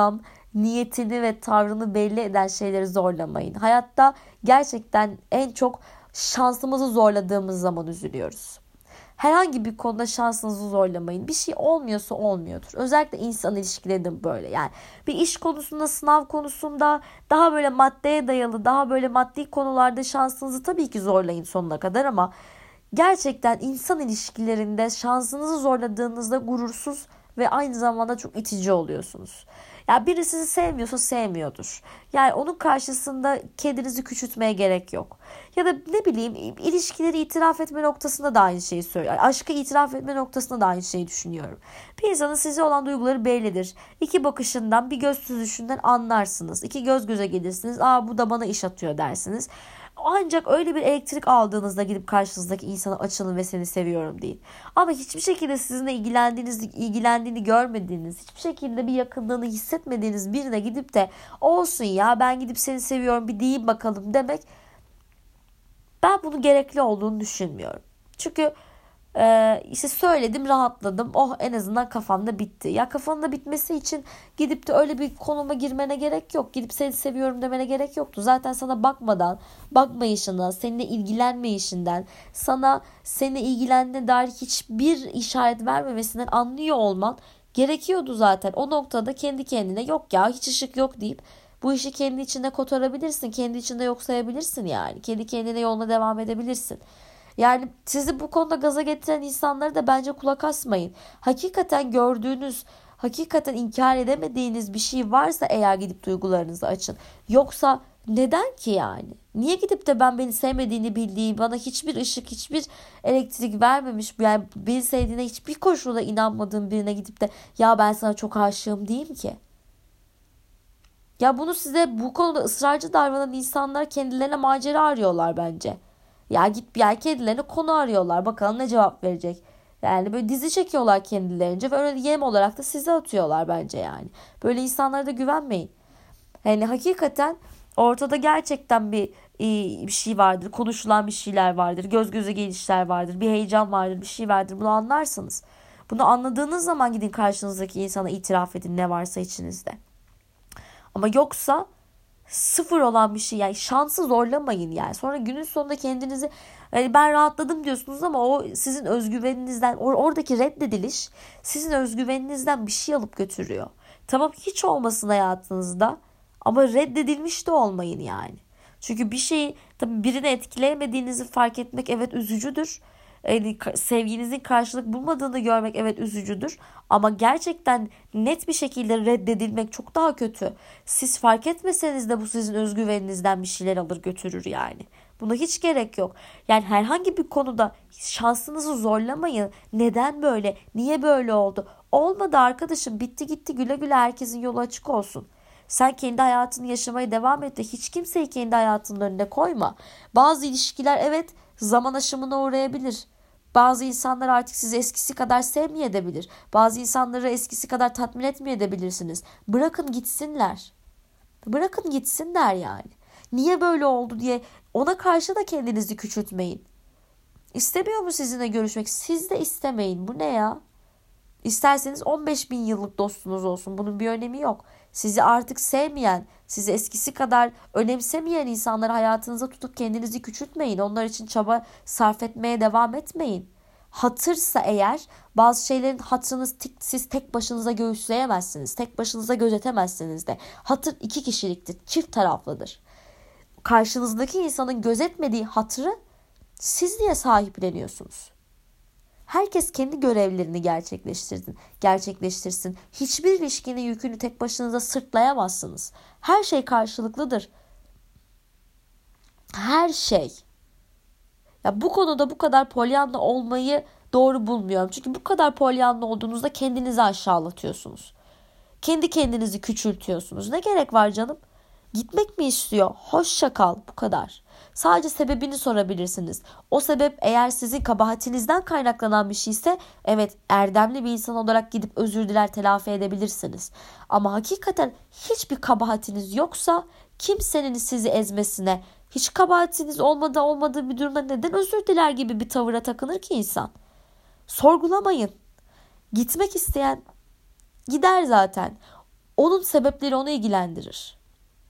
niyetini ve tavrını belli eden şeyleri zorlamayın. Hayatta gerçekten en çok şansımızı zorladığımız zaman üzülüyoruz. Herhangi bir konuda şansınızı zorlamayın. Bir şey olmuyorsa olmuyordur. Özellikle insan ilişkilerinde böyle. Yani bir iş konusunda, sınav konusunda, daha böyle maddeye dayalı, daha böyle maddi konularda şansınızı tabii ki zorlayın sonuna kadar, ama gerçekten insan ilişkilerinde şansınızı zorladığınızda gurursuz ve aynı zamanda çok itici oluyorsunuz. Ya biri sizi sevmiyorsa sevmiyordur. Yani onun karşısında kendinizi küçültmeye gerek yok. Ya da ne bileyim, ilişkileri itiraf etme noktasında da aynı şeyi söylüyorum. Aşkı itiraf etme noktasında da aynı şeyi düşünüyorum. Bir insanın size olan duyguları bellidir. İki bakışından, bir göz süzüşünden anlarsınız. İki göz göze gelirsiniz. Aa, bu da bana iş atıyor dersiniz. Ancak öyle bir elektrik aldığınızda gidip karşınızdaki insana açılın ve seni seviyorum deyin. Ama hiçbir şekilde sizinle ilgilendiğini görmediğiniz, hiçbir şekilde bir yakınlığını hissetmediğiniz birine gidip de olsun ya ben gidip seni seviyorum bir diyeyim bakalım demek, ben bunu gerekli olduğunu düşünmüyorum. Çünkü işte söyledim, rahatladım. Oh, en azından kafamda bitti. Ya kafanda bitmesi için gidip de öyle bir konuma girmene gerek yok. Gidip seni seviyorum demene gerek yoktu. Zaten sana bakmayışından, seninle ilgilenmeyişinden, sana seninle ilgilendiğine dair hiçbir işaret vermemesinden anlıyor olman gerekiyordu zaten. O noktada kendi kendine yok ya hiç ışık yok deyip bu işi kendi içinde kotarabilirsin. Kendi içinde yok sayabilirsin yani. Kendi kendine yoluna devam edebilirsin. Yani sizi bu konuda gaza getiren insanlara da bence kulak asmayın. Hakikaten gördüğünüz, hakikaten inkar edemediğiniz bir şey varsa eğer gidip duygularınızı açın. Yoksa neden ki yani? Niye gidip de ben beni sevmediğini bildiğim, bana hiçbir ışık, hiçbir elektrik vermemiş, yani beni sevdiğine hiçbir koşulda inanmadığım birine gidip de ya ben sana çok aşığım diyeyim ki? Ya bunu size bu konuda ısrarcı davranan insanlar kendilerine macera arıyorlar bence. Ya git bir yer kendilerine konu arıyorlar. Bakalım ne cevap verecek. Yani böyle dizi çekiyorlar kendilerince ve öyle yem olarak da size atıyorlar bence yani. Böyle insanlara da güvenmeyin. Yani hakikaten ortada gerçekten bir şey vardır. Konuşulan bir şeyler vardır. Göz göze gelişler vardır. Bir heyecan vardır. Bir şey vardır. Bunu anlarsınız. Bunu anladığınız zaman gidin karşınızdaki insana itiraf edin ne varsa içinizde. Ama yoksa sıfır olan bir şey, yani şansı zorlamayın yani. Sonra günün sonunda kendinizi yani ben rahatladım diyorsunuz ama o sizin özgüveninizden, oradaki reddediliş sizin özgüveninizden bir şey alıp götürüyor. Tamam, hiç olmasın hayatınızda ama reddedilmiş de olmayın yani. Çünkü bir şeyi tabii birini etkileyemediğinizi fark etmek evet üzücüdür. Yani sevginizin karşılık bulmadığını görmek evet üzücüdür. Ama gerçekten net bir şekilde reddedilmek çok daha kötü. Siz fark etmeseniz de bu sizin özgüveninizden bir şeyler alır götürür yani. Buna hiç gerek yok. Yani herhangi bir konuda şansınızı zorlamayın. Neden böyle? Niye böyle oldu? Olmadı arkadaşım, bitti gitti, güle güle, herkesin yolu açık olsun. Sen kendi hayatını yaşamaya devam et de hiç kimseyi kendi hayatının önüne koyma. Bazı ilişkiler evet zaman aşımına uğrayabilir. Bazı insanlar artık sizi eskisi kadar sevmeyebilir. Bazı insanları eskisi kadar tatmin etmeyebilirsiniz. Bırakın gitsinler. Bırakın gitsinler yani. Niye böyle oldu diye ona karşı da kendinizi küçültmeyin. İstemiyor mu sizinle görüşmek? Siz de istemeyin. Bu ne ya? İsterseniz 15 bin yıllık dostunuz olsun. Bunun bir önemi yok. Sizi artık sevmeyen, sizi eskisi kadar önemsemeyen insanları hayatınıza tutup kendinizi küçültmeyin. Onlar için çaba sarf etmeye devam etmeyin. Hatırsa eğer bazı şeylerin hatırını siz tek başınıza göğüsleyemezsiniz. Tek başınıza gözetemezsiniz de. Hatır iki kişiliktir, çift taraflıdır. Karşınızdaki insanın gözetmediği hatırı siz niye sahipleniyorsunuz? Herkes kendi görevlerini gerçekleştirsin. Hiçbir ilişkinin yükünü tek başınıza sırtlayamazsınız. Her şey karşılıklıdır. Her şey. Ya bu konuda bu kadar polyanla olmayı doğru bulmuyorum. Çünkü bu kadar polyanla olduğunuzda kendinizi aşağılatıyorsunuz. Kendi kendinizi küçültüyorsunuz. Ne gerek var canım? Gitmek mi istiyor? Hoşça kal, bu kadar. Sadece sebebini sorabilirsiniz. O sebep eğer sizin kabahatinizden kaynaklanan bir şeyse evet erdemli bir insan olarak gidip özür diler, telafi edebilirsiniz. Ama hakikaten hiçbir kabahatiniz yoksa kimsenin sizi ezmesine, hiç kabahatiniz olmadığı bir durumda neden özür diler gibi bir tavıra takınır ki insan? Sorgulamayın. Gitmek isteyen gider zaten. Onun sebepleri onu ilgilendirir.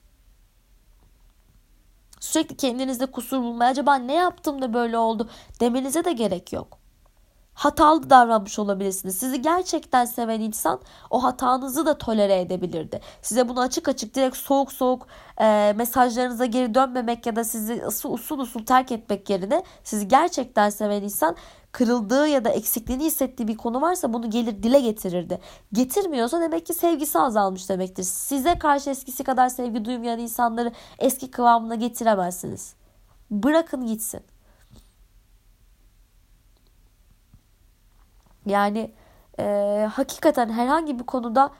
Sürekli kendinizde kusur bulmaya, acaba ne yaptım da böyle oldu demenize de gerek yok. Hatalı davranmış olabilirsiniz. Sizi gerçekten seven insan o hatanızı da tolere edebilirdi. Size bunu açık açık, direkt soğuk soğuk mesajlarınıza geri dönmemek ya da sizi usul usul terk etmek yerine, sizi gerçekten seven insan kırıldığı ya da eksikliğini hissettiği bir konu varsa bunu gelir dile getirirdi. Getirmiyorsa demek ki sevgisi azalmış demektir. Size karşı eskisi kadar sevgi duymayan insanları eski kıvamına getiremezsiniz. Bırakın gitsin. Yani hakikaten herhangi bir konuda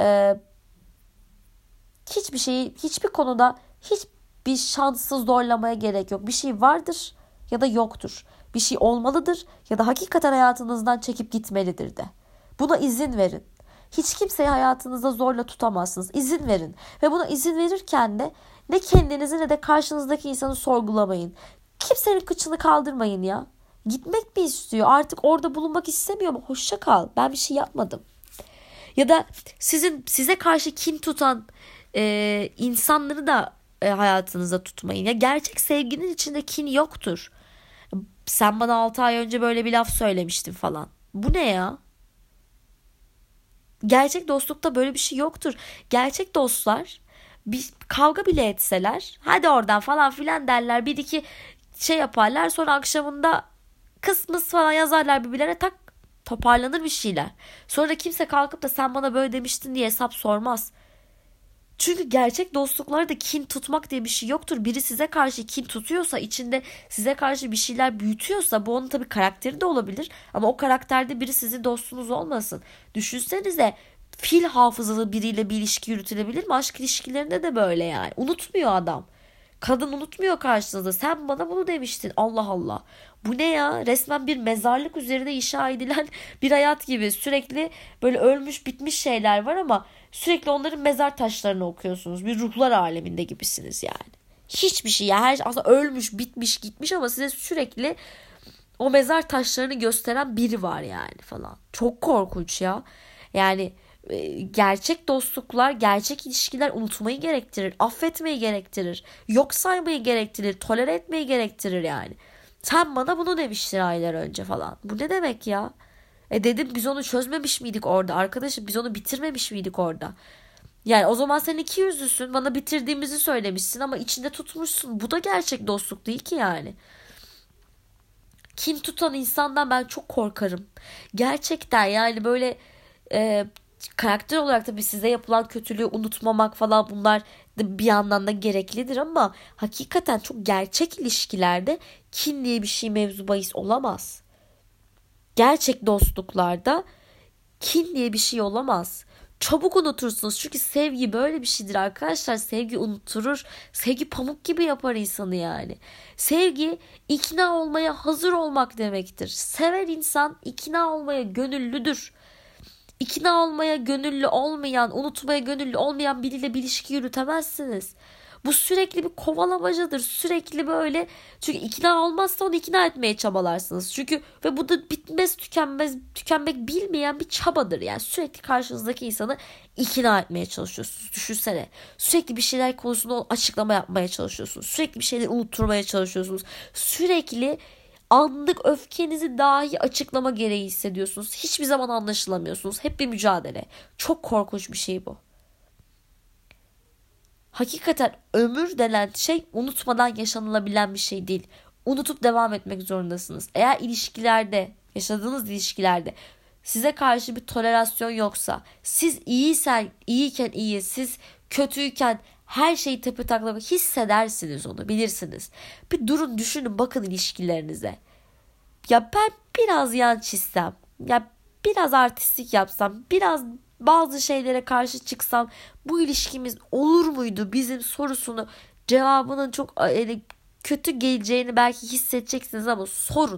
hiçbir konuda hiçbir şansı zorlamaya gerek yok. Bir şey vardır ya da yoktur. Bir şey olmalıdır ya da hakikaten hayatınızdan çekip gitmelidir de. Buna izin verin. Hiç kimseyi hayatınızda zorla tutamazsınız. İzin verin. Ve buna izin verirken de ne kendinizi ne de karşınızdaki insanı sorgulamayın. Kimsenin kıçını kaldırmayın ya. Gitmek mi istiyor? Artık orada bulunmak istemiyor mu? Hoşça kal. Ben bir şey yapmadım. Ya da size karşı kin tutan insanları da hayatınıza tutmayın. Ya gerçek sevginin içinde kin yoktur. Sen bana 6 ay önce böyle bir laf söylemiştin falan. Bu ne ya? Gerçek dostlukta böyle bir şey yoktur. Gerçek dostlar bir kavga bile etseler, hadi oradan falan filan derler. Bir iki şey yaparlar. Sonra akşamında kısmız falan yazarlar birbirlerine, tak toparlanır bir şeyler. Sonra da kimse kalkıp da sen bana böyle demiştin diye hesap sormaz. Çünkü gerçek dostluklarda kin tutmak diye bir şey yoktur. Biri size karşı kin tutuyorsa, içinde size karşı bir şeyler büyütüyorsa, bu onun tabii karakteri de olabilir. Ama o karakterde biri sizin dostunuz olmasın. Düşünsenize, fil hafızalı biriyle bir ilişki yürütülebilir mi? Aşk ilişkilerinde de böyle yani. Unutmuyor adam. Kadın unutmuyor karşınızda. Sen bana bunu demiştin. Allah Allah. Bu ne ya? Resmen bir mezarlık üzerine inşa edilen bir hayat gibi. Sürekli böyle ölmüş bitmiş şeyler var ama sürekli onların mezar taşlarını okuyorsunuz. Bir ruhlar aleminde gibisiniz yani. Hiçbir şey ya. Her şey aslında ölmüş, bitmiş, gitmiş ama size sürekli o mezar taşlarını gösteren biri var yani falan. Çok korkunç ya. Yani gerçek dostluklar, gerçek ilişkiler unutmayı gerektirir, affetmeyi gerektirir, yok saymayı gerektirir, tolere etmeyi gerektirir yani. Sen bana bunu demiştin aylar önce falan. Bu ne demek ya? Dedim, biz onu çözmemiş miydik orada? Arkadaşım, biz onu bitirmemiş miydik orada? Yani o zaman sen iki yüzlüsün. Bana bitirdiğimizi söylemişsin ama içinde tutmuşsun. Bu da gerçek dostluk değil ki yani. Kin tutan insandan ben çok korkarım. Gerçekten yani böyle karakter olarak tabii size yapılan kötülüğü unutmamak falan, bunlar da bir yandan da gereklidir ama hakikaten çok gerçek ilişkilerde kin diye bir şey mevzu bahis olamaz. Gerçek dostluklarda kin diye bir şey olamaz. Çabuk unutursunuz çünkü sevgi böyle bir şeydir arkadaşlar. Sevgi unutturur. Sevgi pamuk gibi yapar insanı yani. Sevgi ikna olmaya hazır olmak demektir. Seven insan ikna olmaya gönüllüdür. İkna olmaya gönüllü olmayan, unutmaya gönüllü olmayan biriyle bir ilişki yürütemezsiniz. Bu sürekli bir kovalamacadır. Sürekli böyle. Çünkü ikna olmazsa onu ikna etmeye çabalarsınız. Çünkü ve bu da bitmez tükenmek bilmeyen bir çabadır. Yani sürekli karşınızdaki insanı ikna etmeye çalışıyorsunuz. Düşünsene. Sürekli bir şeyler konusunda açıklama yapmaya çalışıyorsunuz. Sürekli bir şeyleri unutturmaya çalışıyorsunuz. Sürekli anlık öfkenizi dahi açıklama gereği hissediyorsunuz. Hiçbir zaman anlaşılamıyorsunuz. Hep bir mücadele. Çok korkunç bir şey bu. Hakikaten ömür denen şey unutmadan yaşanılabilen bir şey değil. Unutup devam etmek zorundasınız. Eğer yaşadığınız ilişkilerde size karşı bir tolerasyon yoksa, siz iyiyken iyi, siz kötüyken her şeyi tepetaklak hissedersiniz, onu bilirsiniz. Bir durun, düşünün, bakın ilişkilerinize. Ya ben biraz yan çizsem, ya biraz artistlik yapsam, biraz bazı şeylere karşı çıksam bu ilişkimiz olur muydu bizim sorusunu, cevabının çok kötü geleceğini belki hissedeceksiniz ama sorun.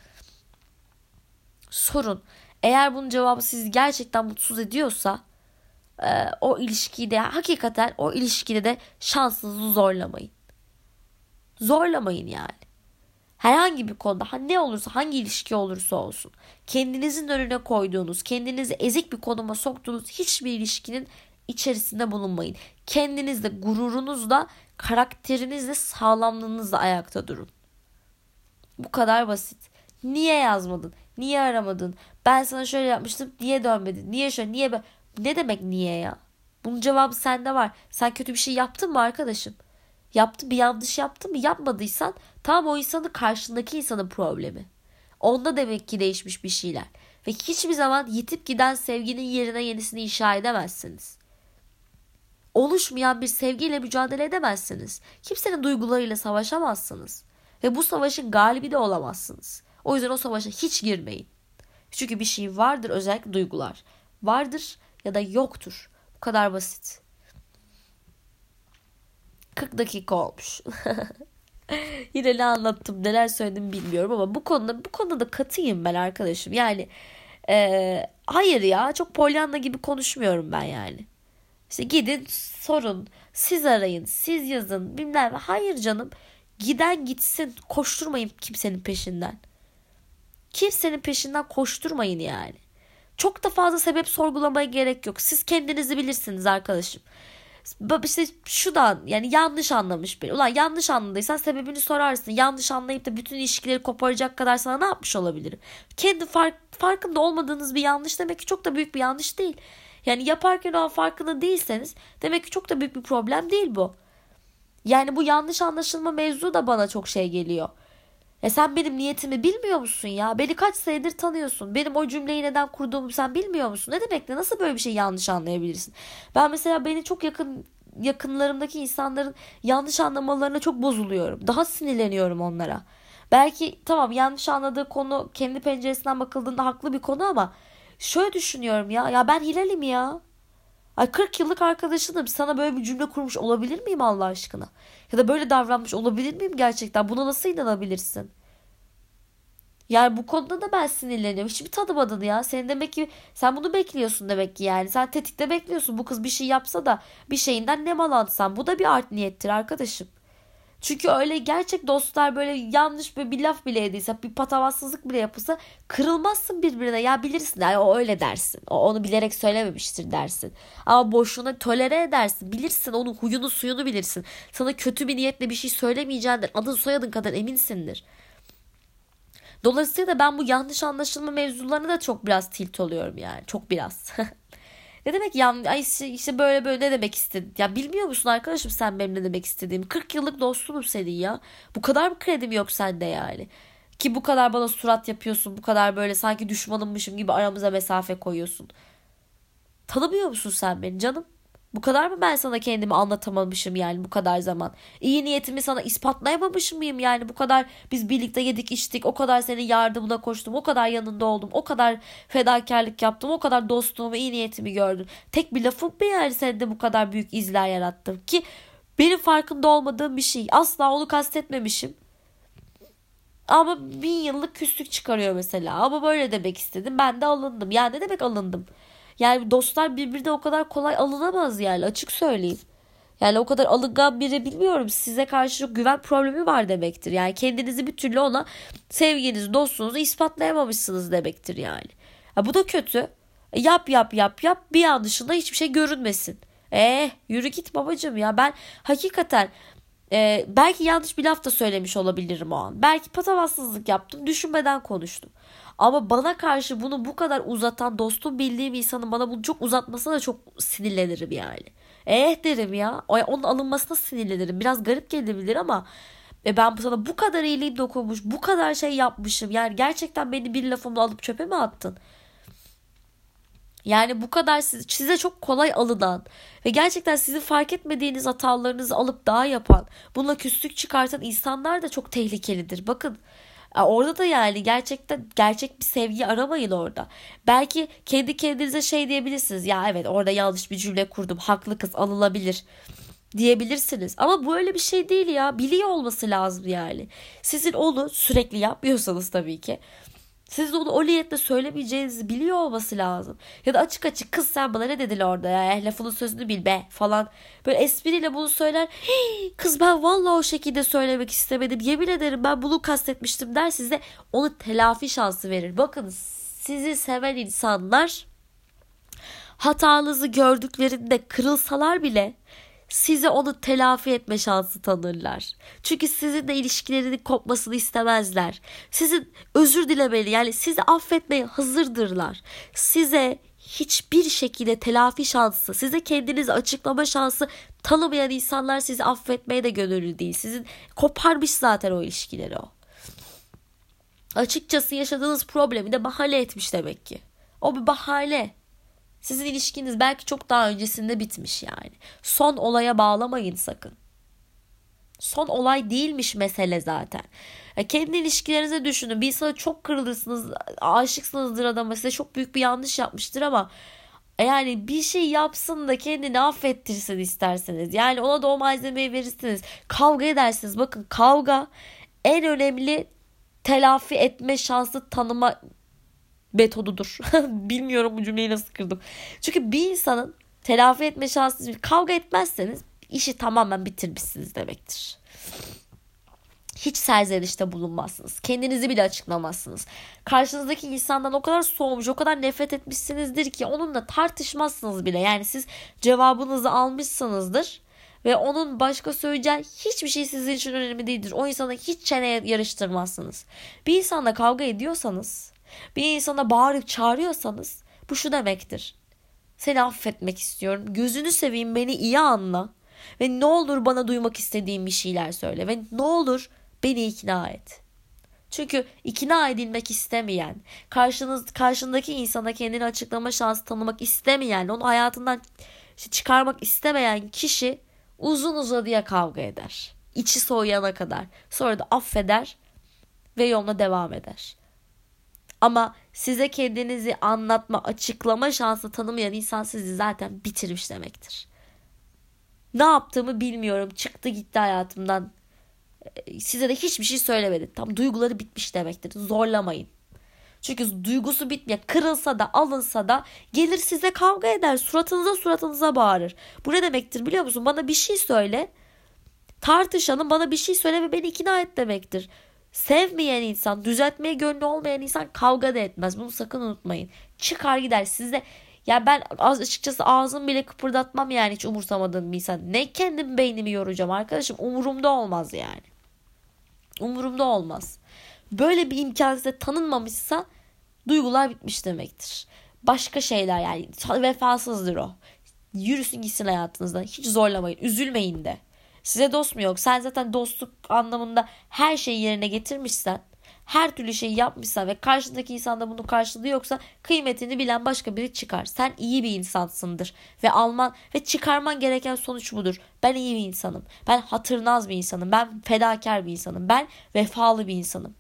Sorun. Eğer bunun cevabı sizi gerçekten mutsuz ediyorsa o ilişkiyi de hakikaten o ilişkide de şansınızı zorlamayın. Zorlamayın yani. Herhangi bir konuda ne olursa, hangi ilişki olursa olsun, kendinizin önüne koyduğunuz, kendinizi ezik bir konuma soktuğunuz hiçbir ilişkinin içerisinde bulunmayın. Kendinizle, gururunuzla, karakterinizle, sağlamlığınızla ayakta durun. Bu kadar basit. Niye yazmadın? Niye aramadın? Ben sana şöyle yapmıştım. Niye dönmedin? Niye şöyle? Niye böyle? Ne demek niye ya? Bunun cevabı sende var. Sen kötü bir şey yaptın mı arkadaşım? Yaptın, bir yanlış yaptın mı? Yapmadıysan tamam, o insanın, karşındaki insanın problemi. Onda demek ki değişmiş bir şeyler. Ve hiçbir zaman yitip giden sevginin yerine yenisini inşa edemezsiniz. Oluşmayan bir sevgiyle mücadele edemezsiniz. Kimsenin duygularıyla savaşamazsınız. Ve bu savaşın galibi de olamazsınız. O yüzden o savaşa hiç girmeyin. Çünkü bir şey vardır, özellikle duygular. Vardır ya da yoktur. Bu kadar basit. 40 dakika olmuş. Yine ne anlattım, neler söyledim bilmiyorum ama bu konuda da katıyım ben arkadaşım. Yani hayır ya, çok Pollyanna gibi konuşmuyorum ben yani. İşte gidin sorun, siz arayın, siz yazın bilmem. Hayır canım, giden gitsin, koşturmayın kimsenin peşinden. Kimsenin peşinden koşturmayın yani. Çok da fazla sebep sorgulamaya gerek yok. Siz kendinizi bilirsiniz arkadaşım. İşte şuradan, yani yanlış anlamış biri. Ulan yanlış anladıysan sebebini sorarsın. Yanlış anlayıp da bütün ilişkileri koparacak kadar sana ne yapmış olabilirim? Kendi farkında olmadığınız bir yanlış demek ki çok da büyük bir yanlış değil. Yani yaparken o an farkında değilseniz demek ki çok da büyük bir problem değil bu. Yani bu yanlış anlaşılma mevzu da bana çok şey geliyor. Sen benim niyetimi bilmiyor musun ya? Beni kaç senedir tanıyorsun. Benim o cümleyi neden kurduğumu sen bilmiyor musun? Ne demek, ne, nasıl böyle bir şey yanlış anlayabilirsin? Ben mesela beni çok yakınlarımdaki insanların yanlış anlamalarına çok bozuluyorum. Daha sinirleniyorum onlara. Belki tamam, yanlış anladığı konu kendi penceresinden bakıldığında haklı bir konu ama şöyle düşünüyorum ya ben Hilal'im ya. Ay 40 yıllık arkadaşınım. Sana böyle bir cümle kurmuş olabilir miyim Allah aşkına? Ya da böyle davranmış olabilir miyim gerçekten? Buna nasıl inanabilirsin? Yani bu konuda da ben sinirleniyorum. Hiçbir tanımadın ya. Sen demek ki sen bunu bekliyorsun demek ki yani. Sen tetikte bekliyorsun. Bu kız bir şey yapsa da bir şeyinden nemalansan. Bu da bir art niyettir arkadaşım. Çünkü öyle gerçek dostlar, böyle yanlış bir laf bile edilse, bir patavatsızlık bile yapılsa kırılmazsın birbirine. Ya bilirsin, yani o öyle dersin. O onu bilerek söylememiştir dersin. Ama boşuna tolere edersin. Bilirsin, onun huyunu suyunu bilirsin. Sana kötü bir niyetle bir şey söylemeyeceğindir. Adın soyadın kadar eminsindir. Dolayısıyla da ben bu yanlış anlaşılma mevzularına da çok biraz tilt oluyorum yani. Çok biraz. Ne demek ya? Ay işte böyle ne demek istedin? Ya bilmiyor musun arkadaşım sen benim ne demek istediğimi? 40 yıllık dostumum senin ya. Bu kadar mı kredim yok sende yani? Ki bu kadar bana surat yapıyorsun. Bu kadar böyle sanki düşmanımmışım gibi aramıza mesafe koyuyorsun. Tanımıyor musun sen beni canım? Bu kadar mı ben sana kendimi anlatamamışım yani bu kadar zaman? İyi niyetimi sana ispatlayamamış mıyım yani bu kadar biz birlikte yedik içtik, o kadar senin yardımına koştum, o kadar yanında oldum, o kadar fedakarlık yaptım, o kadar dostluğumu, iyi niyetimi gördün. Tek bir lafım mı yani sende bu kadar büyük izler yarattım ki benim farkında olmadığım bir şey. Asla onu kastetmemişim. Ama 1.000 yıllık küslük çıkarıyor mesela. Ama böyle demek istedim. Ben de alındım. Yani ne demek alındım? Yani dostlar birbirine o kadar kolay alınamaz yani, açık söyleyeyim. Yani o kadar alıngan biri, bilmiyorum, size karşı çok güven problemi var demektir. Yani kendinizi bir türlü ona sevginizi, dostluğunuzu ispatlayamamışsınız demektir yani. Bu da kötü. Yap bir an dışında hiçbir şey görünmesin. Yürü git babacığım ya, ben hakikaten belki yanlış bir laf da söylemiş olabilirim o an. Belki patavatsızlık yaptım, düşünmeden konuştum. Ama bana karşı bunu bu kadar uzatan, dostum bildiğim insanın bana bunu çok uzatmasına da çok sinirlenirim yani. Derim ya. Onun alınmasına sinirlenirim. Biraz garip gelebilir ama ben sana bu kadar iyiliğim dokunmuş, bu kadar şey yapmışım. Yani gerçekten beni bir lafımla alıp çöpe mi attın? Yani bu kadar size çok kolay alınan ve gerçekten sizin fark etmediğiniz hatalarınızı alıp daha yapan, bununla küslük çıkartan insanlar da çok tehlikelidir. Bakın, orada da yani gerçekten gerçek bir sevgi aramayın orada. Belki kendi kendinize şey diyebilirsiniz. Ya evet, orada yanlış bir cümle kurdum. Haklı kız, alınabilir diyebilirsiniz. Ama bu öyle bir şey değil ya. Biliyor olması lazım yani. Sizin onu sürekli yapmıyorsanız tabii ki. Siz onu o niyetle söylemeyeceğinizi biliyor olması lazım. Ya da açık açık, kız sen bana ne dedin orada ya, lafının sözünü bil be falan. Böyle espriyle bunu söyler. Kız ben vallahi o şekilde söylemek istemedim. Yemin ederim ben bunu kastetmiştim der, size onu telafi şansı verir. Bakın, sizi seven insanlar Hatanızı gördüklerinde kırılsalar bile size onu telafi etme şansı tanırlar. Çünkü sizinle ilişkilerinin kopmasını istemezler. Sizin özür dilemeli, yani sizi affetmeye hazırdırlar. Size hiçbir şekilde telafi şansı, size kendinizi açıklama şansı tanımayan insanlar sizi affetmeye de gönüllü değil. Sizin koparmış zaten o ilişkileri o. Açıkçası yaşadığınız problemi de bahane etmiş demek ki. O bir bahane. Sizin ilişkiniz belki çok daha öncesinde bitmiş yani. Son olaya bağlamayın sakın. Son olay değilmiş mesele zaten. Kendi ilişkilerinize düşünün. Bir insana çok kırılırsınız, aşıksınızdır adama, size çok büyük bir yanlış yapmıştır ama yani bir şey yapsın da kendini affettirsin isterseniz. Yani ona da o malzemeyi verirsiniz. Kavga edersiniz. Bakın, kavga en önemli telafi etme şansı tanıma metodudur. Bilmiyorum bu cümleyi nasıl kırdım. Çünkü bir insanın telafi etme şansı, kavga etmezseniz işi tamamen bitirmişsiniz demektir. Hiç serzenişte bulunmazsınız. Kendinizi bile açıklamazsınız. Karşınızdaki insandan o kadar soğumuş, o kadar nefret etmişsinizdir ki onunla tartışmazsınız bile. Yani siz cevabınızı almışsınızdır ve onun başka söyleyeceği hiçbir şey sizin için önemli değildir. O insana hiç çene yarıştırmazsınız. Bir insanla kavga ediyorsanız, bir insana bağırıp çağırıyorsanız bu şu demektir: seni affetmek istiyorum. Gözünü seveyim, beni iyi anla. Ve ne olur bana duymak istediğim bir şeyler söyle. Ve ne olur beni ikna et. Çünkü ikna edilmek istemeyen, karşındaki insana kendini açıklama şansı tanımak istemeyen, onu hayatından çıkarmak istemeyen kişi uzun uzadıya kavga eder. İçi soğuyana kadar. Sonra da affeder ve yoluna devam eder. Ama size kendinizi anlatma, açıklama şansı tanımayan insan sizi zaten bitirmiş demektir. Ne yaptığımı bilmiyorum, çıktı gitti hayatımdan, size de hiçbir şey söylemedi. Tam duyguları bitmiş demektir. Zorlamayın. Çünkü duygusu bitmeyen, kırılsa da alınsa da gelir size kavga eder. Suratınıza bağırır. Bu ne demektir biliyor musun? Bana bir şey söyle. Tartışalım, bana bir şey söyle ve beni ikna et demektir. Sevmeyen insan, düzeltmeye gönlü olmayan insan kavga da etmez. Bunu sakın unutmayın. Çıkar gider size. Ya ben açıkçası ağzımı bile kıpırdatmam yani, hiç umursamadığım bir insan. Ne kendim beynimi yoracağım arkadaşım. Umurumda olmaz yani. Umurumda olmaz. Böyle bir imkan size tanınmamışsa duygular bitmiş demektir. Başka şeyler, yani vefasızdır o. Yürüsün gitsin hayatınızdan. Hiç zorlamayın. Üzülmeyin de. Size dost mu yok? Sen zaten dostluk anlamında her şeyi yerine getirmişsen, her türlü şeyi yapmışsan ve karşındaki insanda bunun karşılığı yoksa kıymetini bilen başka biri çıkar. Sen iyi bir insansındır ve alman ve çıkarman gereken sonuç budur. Ben iyi bir insanım. Ben hatırnaz bir insanım. Ben fedakar bir insanım. Ben vefalı bir insanım.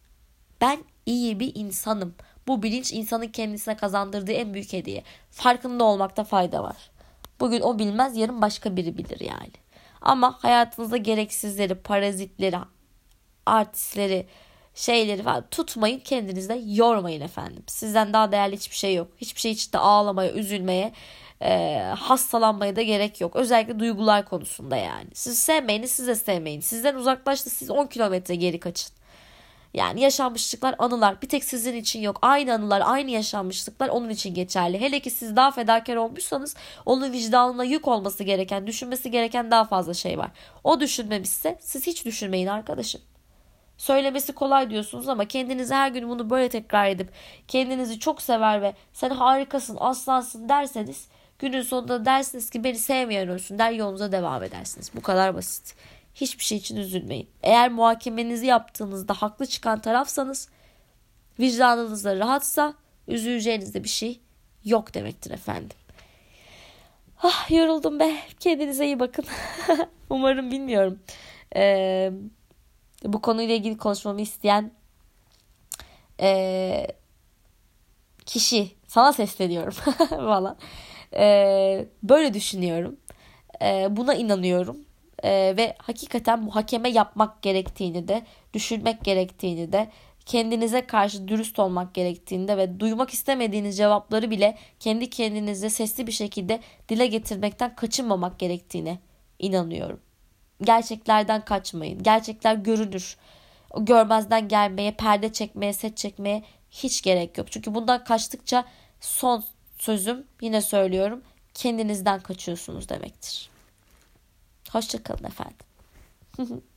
Ben iyi bir insanım. Bu bilinç insanın kendisine kazandırdığı en büyük hediye. Farkında olmakta fayda var. Bugün o bilmez, yarın başka biri bilir yani. Ama hayatınızda gereksizleri, parazitleri, artistleri, şeyleri falan tutmayın, kendinizde yormayın efendim. Sizden daha değerli hiçbir şey yok. Hiçbir şey için de ağlamaya, üzülmeye, hastalanmaya da gerek yok. Özellikle duygular konusunda yani. Siz sevmeyiniz, siz de sevmeyin. Sizden uzaklaştı, siz 10 kilometre geri kaçın. Yani yaşanmışlıklar, anılar bir tek sizin için yok. Aynı anılar, aynı yaşanmışlıklar onun için geçerli. Hele ki siz daha fedakar olmuşsanız onun vicdanına yük olması gereken, düşünmesi gereken daha fazla şey var. O düşünmemişse siz hiç düşünmeyin arkadaşım. Söylemesi kolay diyorsunuz ama kendinize her gün bunu böyle tekrar edip kendinizi çok sever ve sen harikasın, aslansın derseniz günün sonunda dersiniz ki beni sevmeyen ölsün der, yolunuza devam edersiniz. Bu kadar basit. Hiçbir şey için üzülmeyin. Eğer muhakemenizi yaptığınızda haklı çıkan tarafsanız, vicdanınız da rahatsa üzüleceğiniz de bir şey yok demektir efendim. Ah, yoruldum be. Kendinize iyi bakın. Umarım, bilmiyorum. Bu konuyla ilgili konuşmamı isteyen kişi, sana sesleniyorum falan. Böyle düşünüyorum. Buna inanıyorum. Ve hakikaten muhakeme yapmak gerektiğini de, düşünmek gerektiğini de, kendinize karşı dürüst olmak gerektiğini de ve duymak istemediğiniz cevapları bile kendi kendinize sesli bir şekilde dile getirmekten kaçınmamak gerektiğine inanıyorum. Gerçeklerden kaçmayın. Gerçekler görünür. O görmezden gelmeye, perde çekmeye, set çekmeye hiç gerek yok. Çünkü bundan kaçtıkça sözüm, yine söylüyorum, kendinizden kaçıyorsunuz demektir. Hoşça kalın efendim.